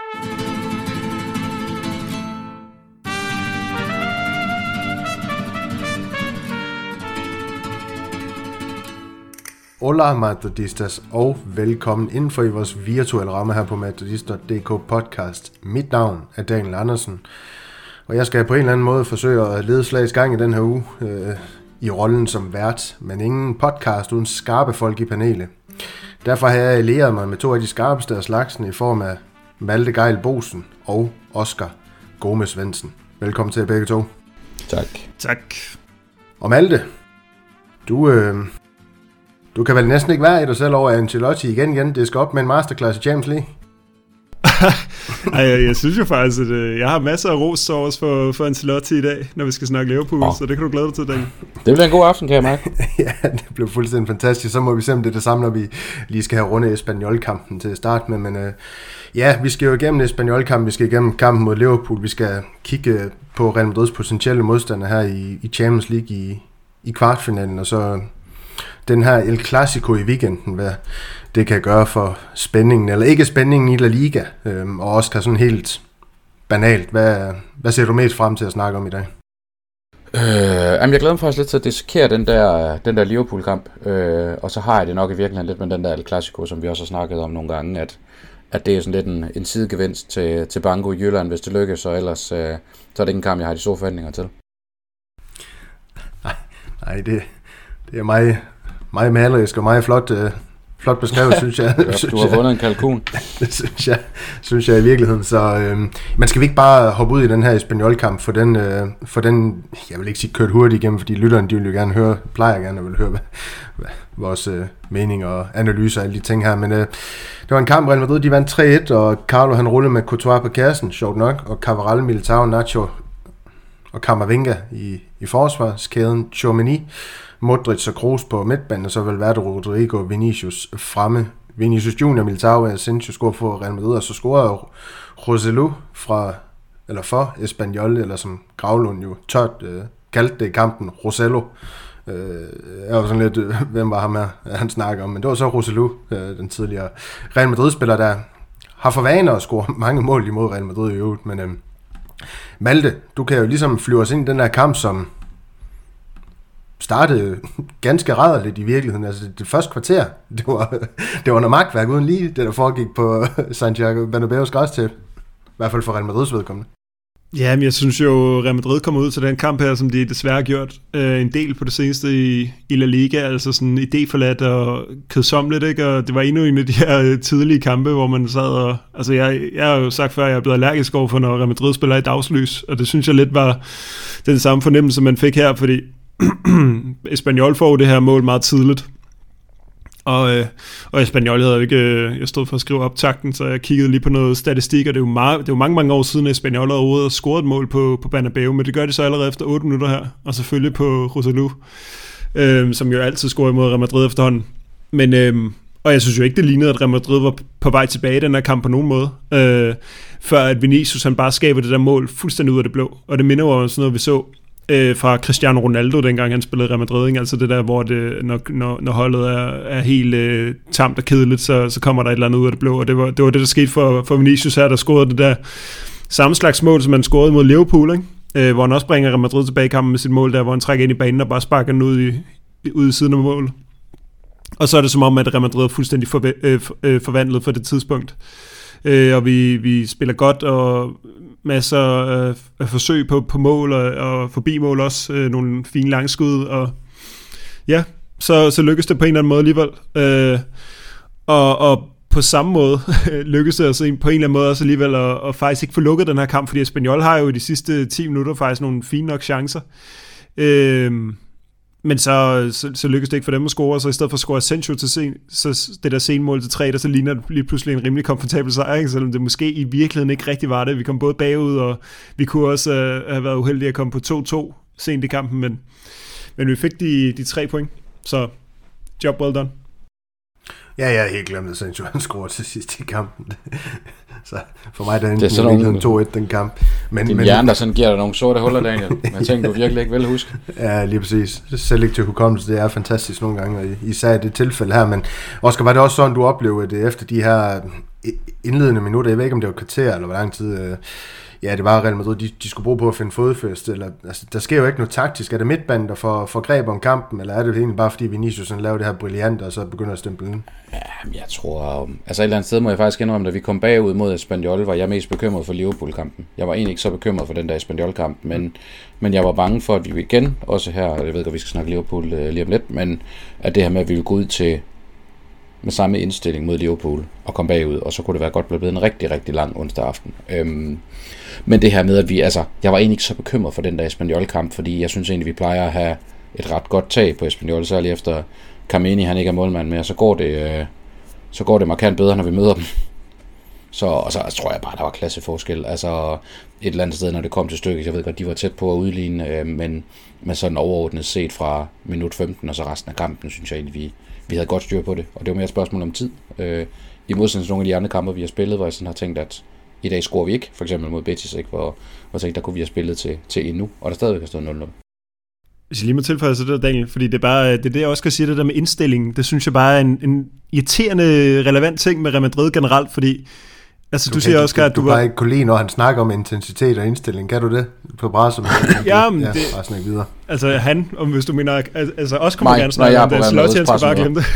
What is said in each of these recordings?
Hola Madridistas, og velkommen indenfor i vores virtuelle ramme her på Madridista.dk podcast. Mit navn er Daniel Andersen, og jeg skal på en eller anden måde forsøge at lede slags gang i den her uge i rollen som vært, men ingen podcast uden skarpe folk i panelet. Derfor har jeg allieret mig med to af de skarpeste af slagsen i form af Malte Geil Bosen og Oscar Gomez Svendsen. Velkommen til begge to. Tak. Og Malte, du kan vel næsten ikke være i dig selv over Ancelotti igen. Det skal op med en masterclass i Champions League. Jeg synes jo faktisk, at jeg har masser af ros for Ancelotti i dag, når vi skal snakke Liverpool, så det kan du glæde dig til, Daniel. Det bliver en god aften, kan jeg mærke. Ja, det bliver fuldstændig fantastisk. Så må vi se, om det er det samme, når vi lige skal have rundet Espanyol-kampen til at starte med. Men vi skal jo igennem Espanyol-kampen, vi skal igennem kampen mod Liverpool, vi skal kigge på Real Madrids potentielle modstander her i Champions League i kvartfinalen, og så den her El Clasico i weekenden, hvad det kan gøre for spændingen, eller ikke spændingen i La Liga, og også kan sådan helt banalt. Hvad ser du mest frem til at snakke om i dag? Jeg glæder mig faktisk lidt til at dissekere den der Liverpool-kamp, og så har jeg det nok i virkeligheden lidt med den der El Clasico, som vi også har snakket om nogle gange, at det er sådan lidt en sidegevinst til Banco i Jylland, hvis det lykkes, og ellers så er det ikke en kamp, jeg har de store forventninger til. Nej, det er meget malerisk og meget flot beskrevet, synes jeg. Du har vundet en kalkun. Det synes jeg i virkeligheden. Så man skal vi ikke bare hoppe ud i den her Espanyol-kamp, for den, jeg vil ikke sige kørt hurtigt igennem, fordi lytterne, de vil jo gerne plejer gerne at vil høre hvad vores mening og analyser og alle de ting her. Men det var en kamp, Real Madrid, de vandt 3-1, og Carlo han rullede med Courtois på kassen, sjovt nok, og Cabral, Militao, Nacho og Camavinga i forsvarskæden, Tchouaméni, Modric og Kroos på midtbanen, og så Valverde, Rodrigo, Vinicius fremme. Vinicius Junior, Militao og Asensio scorede for Real Madrid, og så scorede Roselu for Espanyol, eller som Gravlund jo tørt kaldte det i kampen, Roselu. Jeg var sådan lidt, hvem var ham her, han snakker om, men det var så Roselu, den tidligere Real Madrid-spiller, der har for vane at score mange mål imod Real Madrid i øvrigt, men Malte, du kan jo ligesom flyve os ind i den her kamp, som startede ganske rædderligt i virkeligheden. Altså det første kvarter, det var noget magtværk uden lige det, der foregik på Santiago Bernabéus græstæppe. I hvert fald for Real Madrids vedkommende. Ja, men jeg synes jo, Real Madrid kommer ud til den kamp her, som de desværre har gjort en del på det seneste i La Liga, altså sådan idéforladt og kedsommeligt, ikke? Og det var endnu en af de her tidlige kampe, hvor man sad og... Altså jeg har jo sagt før, at jeg er blevet allergisk over for, når Real Madrid spiller i dagslys, og det synes jeg lidt var den samme fornemmelse, man fik her, fordi Espanyol får det her mål meget tidligt, og Espanyol havde jo ikke, jeg stod for at skrive optakten, så jeg kiggede lige på noget statistik, og det er jo mange år siden, at Espanyol havde overhovedet scoret et mål på Bernabeu, men det gør de så allerede efter 8 minutter her, og selvfølgelig på Roselu, som jo altid scorer imod Real Madrid efterhånden, men og jeg synes jo ikke, det lignede, at Real Madrid var på vej tilbage i den her kamp på nogen måde, før at Vinicius han bare skaber det der mål fuldstændig ud af det blå, og det minder jo om sådan noget, vi så fra Cristiano Ronaldo, dengang han spillede Real Madrid, ikke? Altså det der, hvor det, når holdet er helt tamt og kedeligt, så kommer der et eller andet ud af det blå, og det var det, der skete for Vinicius her, der scorede det der samme slags mål, som han scorede mod Liverpool, ikke? Hvor han også bringer Real Madrid tilbage i kampen med sit mål, der hvor han trækker ind i banen og bare sparker den ud i siden af målet. Og så er det som om, at Real Madrid er fuldstændig forvandlet for det tidspunkt. Og vi spiller godt, og masser af forsøg på mål og forbi mål også, nogle fine langskud, og ja, så lykkes det på en eller anden måde alligevel. Og på samme måde lykkes det altså på en eller anden måde også alligevel at faktisk ikke få lukket den her kamp, fordi Espanyol har jo i de sidste 10 minutter faktisk nogle fine nok chancer. Men så lykkes det ikke for dem at score, så i stedet for at score Asensio til så det der senmål til 3, der så ligner det lige pludselig en rimelig komfortabel sejr, ikke? Selvom det måske i virkeligheden ikke rigtig var det. Vi kom både bagud, og vi kunne også have været uheldige at komme på 2-2 sent i kampen, men vi fik de 3 point, så job well done. Ja, jeg har helt glemt, at Sancho han scorede til sidst i kampen. Så for mig det er sådan 2-1 den kamp. Din hjerne, der sådan giver dig nogle sorte huller, Daniel. Jeg tænker, du virkelig ikke vil huske. Ja, lige præcis. Selektiv hukommelse, det er fantastisk nogle gange, og især i det tilfælde her. Men Oscar, var det også sådan, du oplevede det efter de her indledende minutter, jeg ved ikke, om det var kvarter, eller hvor lang tid, det var Real Madrid, de skulle bruge på at finde fodfæste, eller, altså, der sker jo ikke noget taktisk. Er det midtbanen, der får greb om kampen, eller er det egentlig bare, fordi Vinicius laver det her brillante, og så begynder at stemple ind? Ja, jeg tror, altså et eller andet sted må jeg faktisk indrømme, da vi kom bagud mod Espanyol, var jeg mest bekymret for Liverpool-kampen. Jeg var egentlig ikke så bekymret for den der Espanyol-kamp, men jeg var bange for, at vi igen, også her, jeg ved ikke, at vi skal snakke Liverpool lige om lidt, men at det her med, at vi ville gå ud til med samme indstilling mod Liverpool og komme bagud, og så kunne det være godt blevet en rigtig, rigtig lang onsdag aften. Men det her med, at jeg var egentlig ikke så bekymret for den der Espanyol-kamp, fordi jeg synes egentlig, vi plejer at have et ret godt tag på Espanyol, særligt efter Carmeni, han ikke er målmand mere, så går det markant bedre, når vi møder dem. Og så tror jeg bare, der var klasseforskel. Altså et eller andet sted, når det kom til stykket, jeg ved godt, de var tæt på at udligne, men sådan overordnet set fra minut 15 og så resten af kampen, synes jeg egentlig, vi havde godt styr på det. Og det var mere et spørgsmål om tid. I modsætning til nogle af de andre kampe, vi har spillet, hvor jeg sådan har tænkt, at i dag scorer vi ikke, for eksempel mod Betis, ikke? Hvor jeg tænkte, der kunne vi have spillet til endnu, og der stadigvæk har stået 0-0. Hvis jeg lige må tilføje sig det, Daniel, fordi det er det, jeg også skal sige, det der med indstillingen, det synes jeg bare er en irriterende, relevant ting med Real Madrid generelt, fordi altså, du siger også, at du bare ikke kunne lide, når han snakker om intensitet og indstilling. Kan du det? På Brasso? Jamen, det bare snakke videre. Altså han, om hvis du mener, altså også kommer gerne snakke om det, Slot, jeg skal bare glemme det.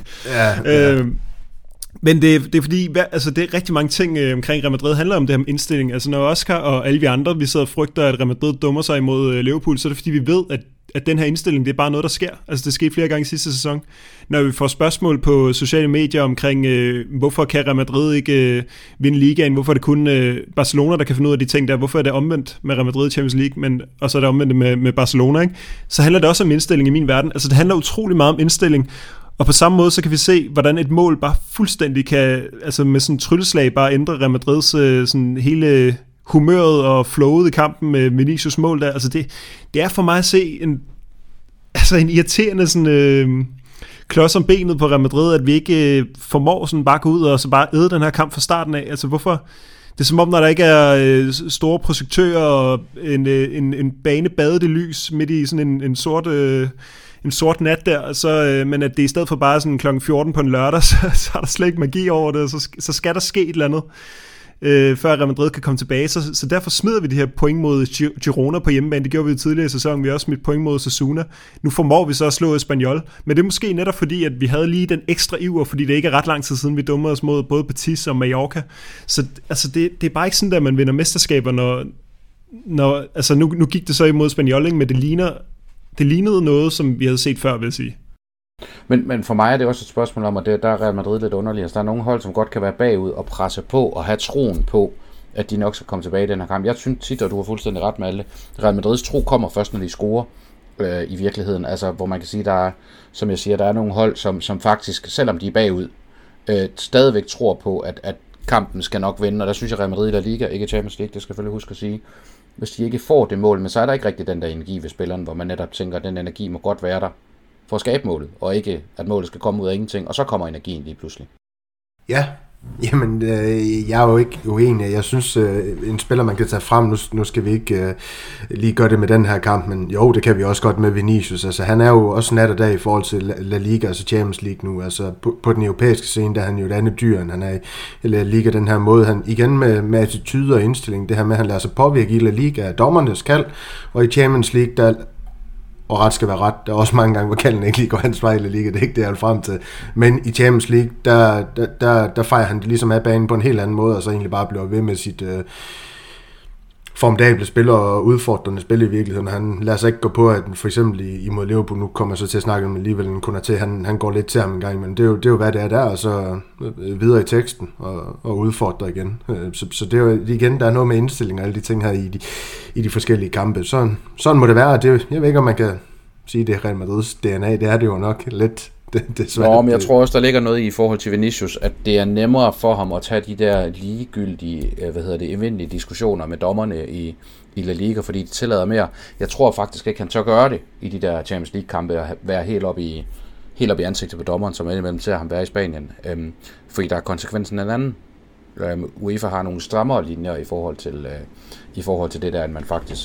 Ja. Men det er fordi, altså det er rigtig mange ting omkring Real Madrid handler om det her med indstilling. Altså når Oscar og alle vi andre, vi sidder og frygter, at Real Madrid dummer sig imod Liverpool, så er det fordi, vi ved, at den her indstilling, det er bare noget, der sker. Altså det skete flere gange i sidste sæson. Når vi får spørgsmål på sociale medier omkring, hvorfor kan Real Madrid ikke vinde ligaen, hvorfor er det kun Barcelona, der kan finde ud af de ting der, hvorfor er det omvendt med Real Madrid i Champions League, og så er det omvendt med Barcelona, ikke? Så handler det også om indstilling i min verden. Altså det handler utrolig meget om indstilling. Og på samme måde, så kan vi se, hvordan et mål bare fuldstændig kan, altså med sådan en trylleslag, bare ændre Real Madrids sådan hele humøret og flowet i kampen med Vinicius mål der. Altså det er for mig at se en irriterende sådan, klods om benet på Real Madrid, at vi ikke formår sådan bare gå ud og så bare æde den her kamp fra starten af. Altså hvorfor? Det er som om, når der ikke er store projektører og en bane badet i lys midt i sådan en sort nat der, så, men at det i stedet for bare sådan kl. 14 på en lørdag, så er der slet ikke magi over det, så skal der ske et eller andet, før Real Madrid kan komme tilbage. Så derfor smider vi de her point mod Girona på hjemmebane. Det gjorde vi jo tidligere i sæsonen. Vi har også smidt point mod Osasuna. Nu formår vi så at slå Espanyol, men det er måske netop fordi, at vi havde lige den ekstra iver, fordi det ikke er ret lang tid siden, vi dummede os mod både Betis og Mallorca. Så altså, det er bare ikke sådan, at man vinder mesterskaber, når altså nu gik det så imod Espanyol, ikke? Men det lignede noget, som vi havde set før, vil jeg sige. Men for mig er det også et spørgsmål om, at der er Real Madrid lidt underligt. Altså, der er nogle hold, som godt kan være bagud og presse på og have troen på, at de nok skal komme tilbage i den her kamp. Jeg synes tit, og du har fuldstændig ret med alle, Real Madrids tro kommer først, når de scorer i virkeligheden. Altså, hvor man kan sige, der er, som jeg siger, der er nogle hold, som faktisk, selvom de er bagud, stadigvæk tror på, at kampen skal nok vinde. Og der synes jeg, Real Madrid i La Liga, ikke Champions League, det skal jeg selvfølgelig huske at sige, hvis de ikke får det mål, men så er der ikke rigtig den der energi ved spilleren, hvor man netop tænker, at den energi må godt være der for at skabe målet, og ikke at målet skal komme ud af ingenting, og så kommer energien lige pludselig. Ja, jamen jeg er jo ikke uenig. Jeg synes, en spiller, man kan tage frem, nu skal vi ikke lige gøre det med den her kamp, men jo, det kan vi også godt med Vinicius. Altså, han er jo også nat og dag i forhold til La Liga, altså Champions League nu. Altså, på den europæiske scene, der er han jo et andet dyr, end han er i La Liga den her måde. Han igen med attitude og indstilling, det her med, at han lader sig påvirke i La Liga af dommernes kald, og i Champions League, der og ret skal være ret. Der er også mange gange, hvor kalden ikke lige går hans vej i La Liga, det er ikke det, jeg vil frem til. Men i Champions League, der fejrer han det ligesom af banen på en helt anden måde, og så egentlig bare bliver ved med sit formidable spil og udfordrende spil i virkeligheden. Han lader sig ikke gå på, at for eksempel imod Liverpool, nu kommer jeg så til at snakke om alligevel en Konaté, han går lidt til ham en gang, men det er jo hvad det er der, og så videre i teksten og udfordrer igen. Så det er jo igen, der er noget med indstilling og alle de ting her i de forskellige kampe. Sådan må det være. Jeg ved ikke, om man kan sige, det er Real Madrids DNA, det er det jo nok lidt. Men jeg tror også, der ligger noget i forhold til Vinicius, at det er nemmere for ham at tage de der ligegyldige, evindelige diskussioner med dommerne i La Liga, fordi de tillader mere. Jeg tror faktisk ikke, han tør gøre det i de der Champions League-kampe, at være helt op i ansigtet på dommeren, som indimellem ser ham være i Spanien. Fordi der er konsekvensen en anden. UEFA har nogle strammere linjer i forhold til det der, end man faktisk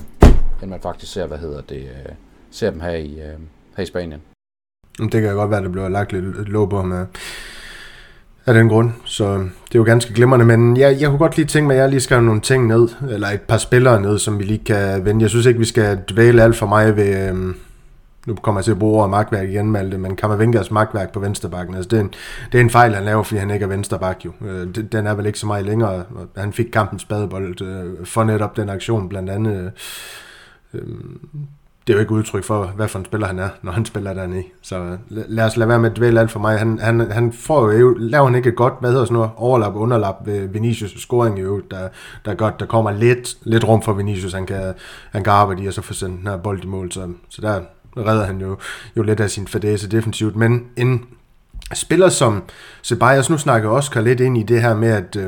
ser, ser dem her i Spanien. Det kan godt være, at der bliver lagt lidt låg på ham. af den grund, så det er jo ganske glimrende, men jeg kunne godt lige tænke mig, at jeg lige skrev nogle ting ned, eller et par spillere ned, som vi lige kan vende. Jeg synes ikke, vi skal dvæle alt for meget ved, nu kommer jeg til at bruge ordet magtværk igen, Malte, men Kammervingers magtværk på venstrebakken, altså det er en fejl, han laver, fordi han ikke er venstrebak jo. Den er vel ikke så meget længere, han fik kampens badebold for netop den aktion, blandt andet. Det er jo ikke udtryk for, hvad for en spiller han er, når han spiller dernede. Så lad os lade være med at dvæle alt for mig. Han får jo, laver han ikke et godt, overlap og underlap ved Vinicius' scoring i øvrigt, der godt, der kommer lidt rum for Vinicius, han kan arbejde i, og så få sendt den her bold i mål. Så der redder han jo lidt af sin fadæse defensivt. Men en spiller som Ceballos, nu snakker Oscar lidt ind i det her med, at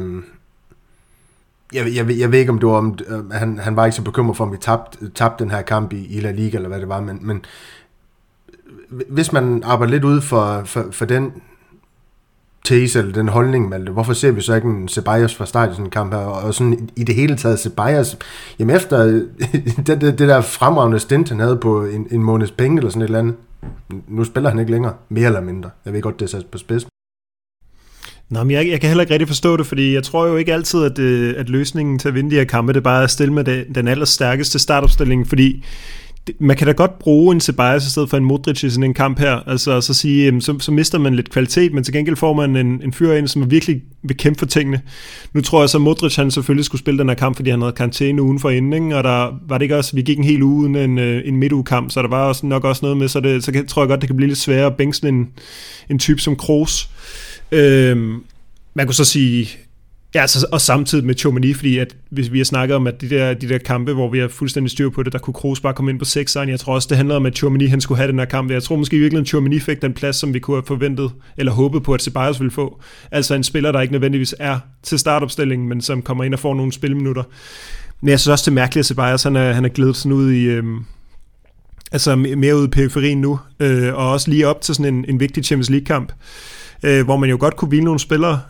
jeg ved ikke, om det var, han var ikke så bekymret for, om vi tabte den her kamp i La Liga, eller hvad det var, men hvis man arbejder lidt ud for den tese, eller den holdning, Malte, hvorfor ser vi så ikke en Ceballos fra start i sådan en kamp her, og sådan i det hele taget Ceballos, jamen efter det der fremragende stint, han havde på en måneds penge, eller sådan et eller andet, nu spiller han ikke længere, mere eller mindre. Jeg ved godt, det er sat på spids. Nå, men jeg kan heller ikke rigtig forstå det, fordi jeg tror jo ikke altid, at løsningen til at vinde de her kampe, det er bare at stille med den allerstærkeste startopstilling, fordi man kan da godt bruge en Ceballos i stedet for en Modric i sådan en kamp her, altså så sige, så mister man lidt kvalitet, men til gengæld får man en fyr ind, som virkelig vil kæmpe for tingene. Nu tror jeg så, Modric han selvfølgelig skulle spille den her kamp, fordi han havde karantæne ugen for inden, ikke? Og der var det ikke også, vi gik en hel uge uden en midtugekamp, så der var også nok også noget med, så tror jeg godt, det kan blive lidt sværere at bænke sådan en type som Kroos. Man kunne så sige, ja, altså, og samtidig med Tchouaméni, fordi at hvis vi har snakket om, at de der kampe, hvor vi har fuldstændig styr på det, der kunne Kroos bare komme ind på 6'eren. Jeg tror også, det handler om, at Tchouaméni han skulle have den her kamp. Jeg tror måske virkelig, at Tchouaméni fik den plads, som vi kunne have forventet, eller håbet på, at Ceballos ville få. Altså en spiller, der ikke nødvendigvis er til startopstillingen, men som kommer ind og får nogle spilminutter. Men jeg synes også, det er mærkeligt, at Ceballos han er glædet sådan ud i altså mere ud i periferien nu, og også lige op til sådan en vigtig Champions League-kamp, hvor man jo godt kunne hvile nogle spillere,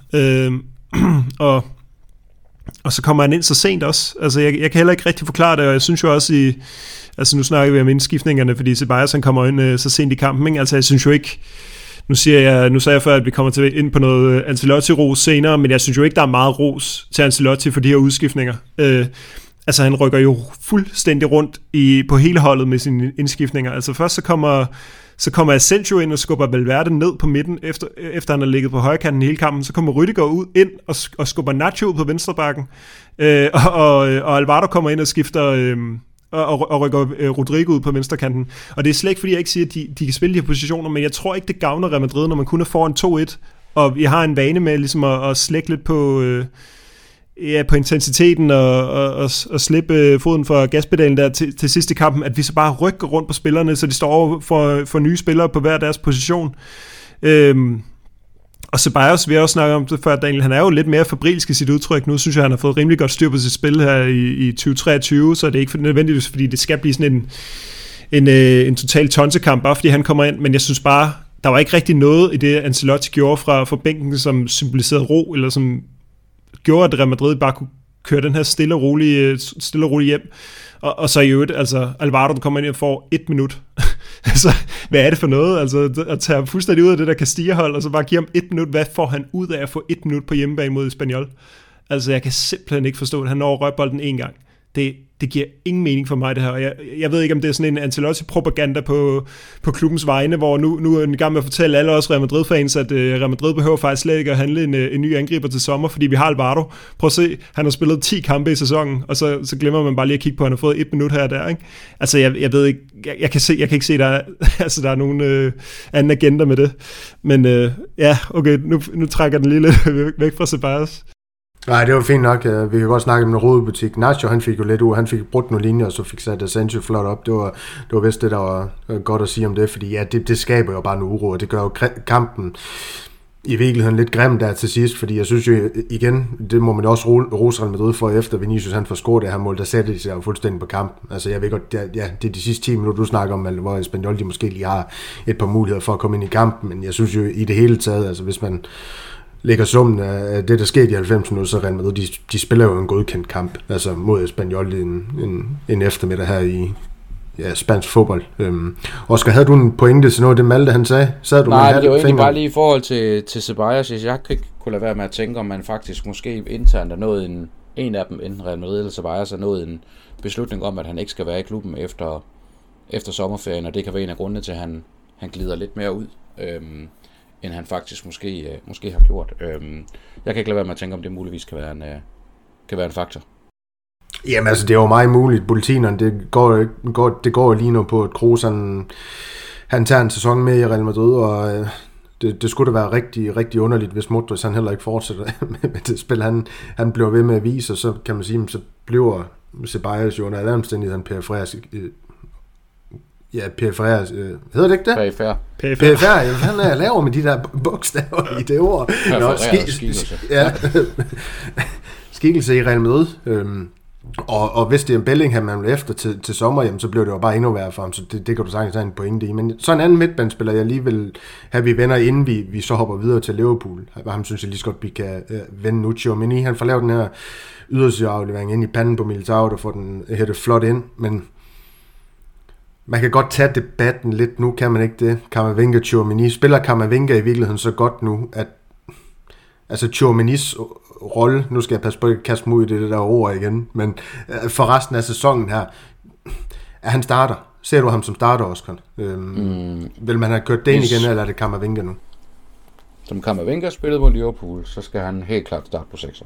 og så kommer han ind så sent også. Altså jeg kan heller ikke rigtig forklare det, og jeg synes jo også altså nu snakker vi om indskiftningerne, fordi Ceballos han kommer ind så sent i kampen, ikke? Altså jeg synes jo ikke, nu sagde jeg før, at vi kommer til ind på noget Ancelotti-ros senere, men jeg synes jo ikke, der er meget ros til Ancelotti for de her udskiftninger. Altså han rykker jo fuldstændig rundt på hele holdet med sine indskiftninger. Altså først så kommer Asensio ind og skubber Valverde ned på midten, efter han har ligget på højrekanten hele kampen. Så kommer Rüdiger ind og skubber Nacho ud på venstrebakken. Og Alvaro kommer ind og skifter og rykker Rodrigo ud på venstrekanten. Og det er slet ikke, fordi jeg ikke siger, at de kan spille de her positioner, men jeg tror ikke, det gavner Real Madrid, når man kun er foran 2-1. Og jeg har en vane med ligesom at slække lidt på intensiteten og slippe foden for gaspedalen der til sidst i kampen, at vi så bare rykker rundt på spillerne, så de står over for nye spillere på hver deres position. Og Ceballos, vi har også snakket om det før, Daniel, han er jo lidt mere fabrilsk i sit udtryk. Nu synes jeg, han har fået rimelig godt styr på sit spil her i 2023, så det er ikke nødvendigvis, fordi det skal blive sådan en total tonsekamp, bare fordi han kommer ind, men jeg synes bare, der var ikke rigtig noget i det, Ancelotti gjorde fra bænken, som symboliserede ro, eller som gjorde, at Real Madrid bare kunne køre den her stille og rolig hjem. Og så i øvrigt, altså Alvaro, der kommer ind og får 1 minut. Altså, hvad er det for noget? Altså, at tage fuldstændig ud af det der Castilla-hold, og så bare give ham 1 minut. Hvad får han ud af at få 1 minut på hjemmebane mod Espanyol? Altså, jeg kan simpelthen ikke forstå det. Han når rører bolden 1 gang. Det giver ingen mening for mig, det her. Jeg ved ikke, om det er sådan en Ancelotti-propaganda på klubbens vegne, hvor nu er den i gang med at fortælle alle os Real Madrid-fans, at Real Madrid behøver faktisk slet ikke at handle en ny angriber til sommer, fordi vi har Alvaro. Prøv at se, han har spillet 10 kampe i sæsonen, og så glemmer man bare lige at kigge på, at han har fået 1 minut her og der, ikke? Altså, jeg ved ikke, jeg kan ikke se, der er nogen anden agenda med det. Men ja, okay, nu trækker den lige lidt væk fra Ceballos. Nej, det var fint nok. Vi kan godt snakke om en rodebutik. Nacho, han fik jo lidt ud. Han fik brudt nogle linjer, og så fik sat Asensio flot op. Det var vist det, der var godt at sige om det, fordi ja, det skaber jo bare en uro, og det gør jo kampen i virkeligheden lidt grim der til sidst, fordi jeg synes jo igen, det må man også rose Real Madrid for, efter Vinicius han får scoret det her mål, der sætter de sig jo fuldstændig på kampen. Altså jeg ved godt, det er de sidste 10 minutter, du snakker om, hvor Espanyol de måske lige har et par muligheder for at komme ind i kampen, men jeg synes jo i det hele taget, altså hvis man lægger summen af det, der skete i 90 minutter, så Real Madrid, de spiller jo en godkendt kamp, altså mod Espanyol en eftermiddag her spansk fodbold. Oscar, havde du en pointe til noget af det Malte, han sagde? Nej, det var egentlig bare lige i forhold til Ceballos. Jeg kunne lade være med at tænke, om man faktisk måske internt er nået en af dem, enten Real Madrid eller Ceballos, er nået en beslutning om, at han ikke skal være i klubben efter sommerferien, og det kan være en af grundene til, at han glider lidt mere ud, end han faktisk måske har gjort. Jeg kan ikke lade være med at tænke, om det muligvis kan være en faktor. Jamen altså, det er jo meget muligt. Bulletinerne, det går lige nu på, at Kroos han tager en sæson med i Real Madrid, og det skulle da være rigtig, rigtig underligt, hvis Modric han heller ikke fortsætter med det spil, han bliver ved med at vise, og så kan man sige, så bliver Ceballos jo under alle omstændigheder periferisk, hedder det ikke det? Periferisk. Hvad fanden er jeg laver med de der bogstaver i det ord? Skikkelse i Real Madrid. Og hvis det er en Bellingham, man vil efter til sommer, jamen, så bliver det jo bare endnu værre for ham, så det kan du sagtens have en pointe i. Men så en anden midtbanespiller, jeg lige vil have, vi vender, inden vi så hopper videre til Liverpool. Ham synes jeg lige så godt, vi kan vende nu. Tchouaméni, han får lavet den her ydersøgeaflevering ind i panden på Militao, der får den hættet flot ind, men man kan godt tage debatten lidt nu, kan man ikke det? Camavinga, Tchouaméni. Spiller Camavinga i virkeligheden så godt nu, at altså Tchouaménis rolle, nu skal jeg passe på at kaste mig ud i det der ord igen, men for resten af sæsonen her, er han starter. Ser du ham som starter, Oscar? Vil man have kørt den igen, eller er det Camavinga nu? Som Camavinga spillede på Liverpool, så skal han helt klart starte på 6'eren.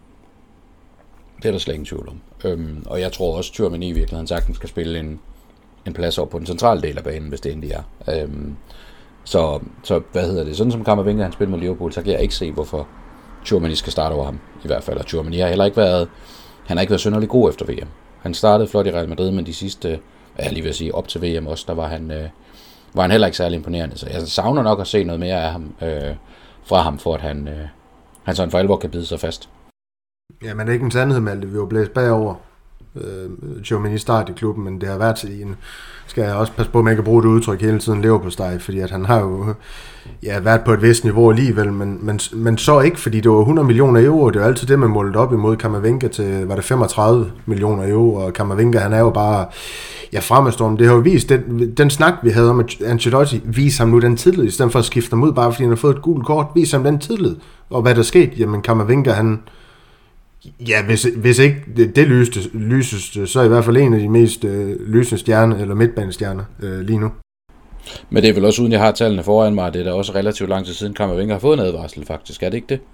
Det er der slet ingen tvivl om. Og jeg tror også, Tchouaméni i virkeligheden sagtens skal spille en plads over på den centrale del af banen, hvis det endelig er. Så hvad hedder det? Sådan som Camavinga han spiller med Liverpool, så kan jeg ikke se, hvorfor Tchouaméni skal starte over ham, i hvert fald. Og Tchouaméni har heller ikke været synderlig god efter VM. Han startede flot i Real Madrid, men de sidste, jeg lige vil sige, op til VM også, der var han heller ikke særlig imponerende. Så jeg savner nok at se noget mere af ham, fra ham, for at han sådan for alvor kan bide sig fast. Ja, men det er ikke en sandhed, Malte. Vi var blæst bagover. Tchouaméni start i klubben, men det har været til en. Skal jeg også passe på, at man kan bruge det udtryk hele tiden, lever på steg, fordi at han har jo været på et vist niveau alligevel, men så ikke, fordi det var 100 millioner euro, det er jo altid det, man målte op imod Camavinga til, var det 35 millioner euro, og Camavinga, han er jo bare, fremadstorm. Det har jo vist, den snak, vi havde om, at Ancelotti viser ham nu den tillid, i stedet for at skifte ham ud, bare fordi han har fået et gult kort, viser ham den tillid, og hvad der skete, jamen Camavinga, han, ja, hvis ikke det lyseste, så er i hvert fald en af de mest lysende stjerner, eller midtbanestjerner lige nu. Men det er vel også, uden jeg har tallene foran mig, det er da også relativt lang tid siden, Camavinga har fået en advarsel faktisk, er det ikke det?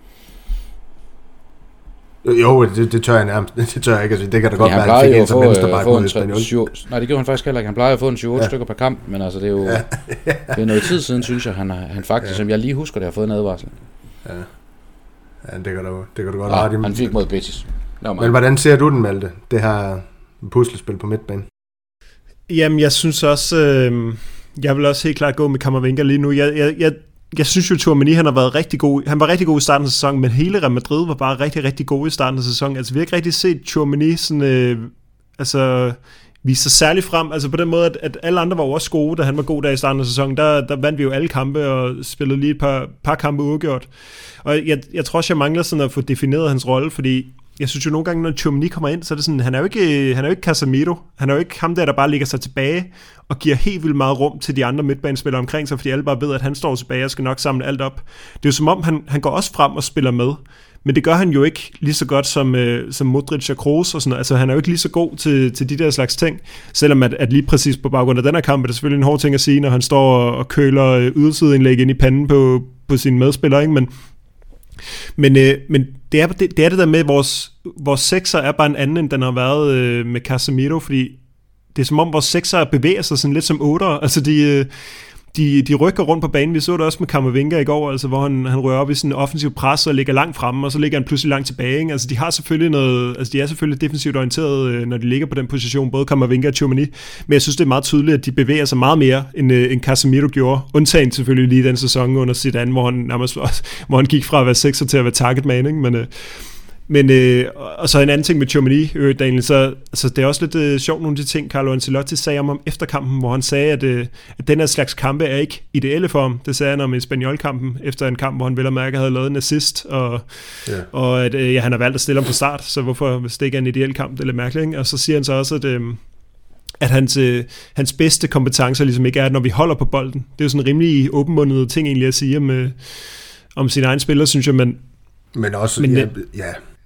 Jo, det tør jeg nærmest. Det tør jeg ikke. Altså, det kan da godt være, at han fik en som venstreback mod Espanyol. Nej, det gjorde han faktisk heller ikke. Han plejer at få en 7-8 stykker per kamp, men altså, det er jo det er noget tid siden, synes jeg, han faktisk, som jeg lige husker, det har fået en advarsel. Ja. Ja, det kan du godt ret i. Han fik mod Betis. Men hvordan ser du den, Malte? Det her puslespil på midtbanen? Jamen, jeg synes også, jeg vil også helt klart gå med Camavinga lige nu. Jeg synes jo, Tchouaméni, han har været rigtig god. Han var rigtig god i starten af sæsonen, men hele Real Madrid var bare rigtig, rigtig god i starten af sæsonen. Altså, vi har ikke rigtig set Tchouaméni sådan, vise sig særligt frem. Altså på den måde, at alle andre var også gode, da han var god der i starten af sæsonen. Der vandt vi jo alle kampe og spillede lige et par kampe uafgjort. Og jeg tror også, jeg mangler sådan at få defineret hans rolle, fordi jeg synes jo nogle gange, når Tchouaméni kommer ind, så er det sådan, han er jo ikke Casemiro. Han er jo ikke ham der bare ligger sig tilbage og giver helt vildt meget rum til de andre midtbanespillere omkring sig, fordi alle bare ved, at han står tilbage og skal nok samle alt op. Det er jo som om, han går også frem og spiller med. Men det gør han jo ikke lige så godt som Modric og Kroos og sådan noget. Altså han er jo ikke lige så god til de der slags ting. Selvom at lige præcis på baggrund af den her kamp, er det selvfølgelig en hård ting at sige, når han står og køler ydersideindlæg ind i panden på sine medspillere, ikke? Men det er det der med, vores sekser er bare en anden, end den har været med Casemiro, fordi det er som om vores sekser bevæger sig sådan lidt som 8'ere. Altså de rykker rundt på banen. Vi så det også med Camavinga i går, altså hvor han rører op i sådan en offensiv pres og ligger langt fremme, og så ligger han pludselig langt tilbage. Ikke? Altså de har selvfølgelig de er selvfølgelig defensivt orienteret, når de ligger på den position, både Camavinga og Tchouaméni, men jeg synes det er meget tydeligt, at de bevæger sig meget mere end Casemiro gjorde, undtagen selvfølgelig lige den sæson under Zidane, hvor han gik fra at være sekser til at være target man, ikke? Men og så en anden ting med Tchouaméni, Daniel, så altså, det er også lidt sjovt nogle af de ting, Carlo Ancelotti sagde om efter kampen, hvor han sagde, at den her slags kampe er ikke ideelle for ham. Det sagde han om Espanyol-kampen, efter en kamp, hvor han vel og mærke havde lavet en assist, og at han har valgt at stille ham på start, så hvorfor, hvis det ikke er en ideel kamp, det er lidt mærkeligt, ikke? Og så siger han så også, at hans bedste kompetencer ligesom ikke er, når vi holder på bolden. Det er jo sådan en rimelig åbenmundet ting egentlig at sige om sin egen spiller, synes jeg, men også, ja.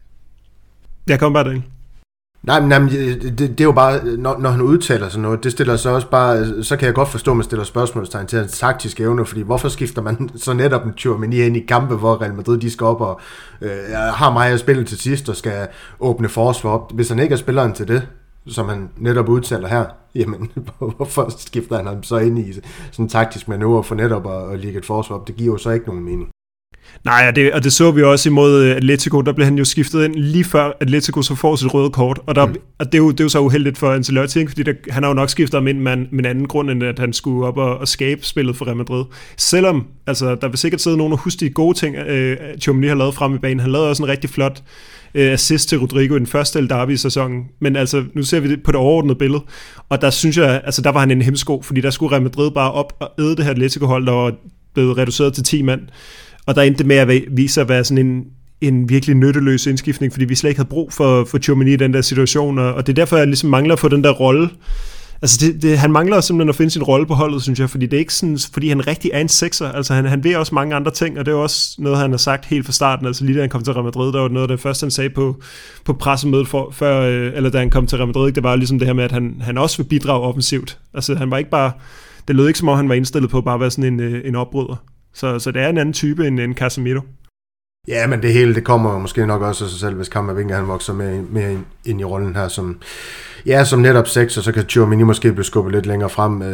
Jeg kommer bare derind. Nej, det er jo bare, når han udtaler sådan noget, det stiller så også bare, så kan jeg godt forstå, at man stiller spørgsmålstegn til hans taktiske evner, fordi hvorfor skifter man så netop en Tchouaméni ind i kampe, hvor Real Madrid de skal op og har mig at spille til sidst og skal åbne forsvar op. Hvis han ikke er spilleren til det, som han netop udtaler her, jamen hvorfor skifter han ham så ind i sådan en taktisk manøvre for netop at lægge et forsvar op? Det giver jo så ikke nogen mening. Nej, og det så vi også imod Atletico, der blev han jo skiftet ind lige før Atletico så får sit røde kort, og det er jo så uheldigt for Ancelotti, fordi han har jo nok skiftet ham ind med en anden grund, end at han skulle op og skabe spillet for Real Madrid. Selvom, altså, der vil sikkert sidde nogen og huske de gode ting, Tchouaméni har lavet frem i banen. Han lavede også en rigtig flot assist til Rodrigo i den første El Derby-sæsonen, men altså, nu ser vi det på det overordnede billede, og der synes jeg, altså, der var han en hemsko, fordi der skulle Real Madrid bare op og æde det her Atletico-hold, der var blevet reduceret til 10 mand. Og der endte det med at vise sig at være sådan en virkelig nytteløs indskiftning, fordi vi slet ikke havde brug for Tchouaméni i den der situation, og det er derfor, jeg ligesom mangler at få den der rolle. Altså han mangler simpelthen at finde sin rolle på holdet, synes jeg, fordi det er ikke sådan, fordi han rigtig er en sekser. Altså han ved også mange andre ting, og det er også noget, han har sagt helt fra starten. Altså lige da han kom til Real Madrid, der var noget af det første, han sagde på pressemødet før, eller da han kom til Real Madrid, det var ligesom det her med, at han også vil bidrage offensivt. Altså han var ikke bare, det lød ikke som om, han var indstillet på bare at være sådan en opbryder. Så det er en anden type end Casemiro. Ja, men det hele, det kommer måske nok også af sig selv, hvis Camavinga han vokser mere ind i rollen her, som netop 6, og så kan Tchouaméni måske blive skubbet lidt længere frem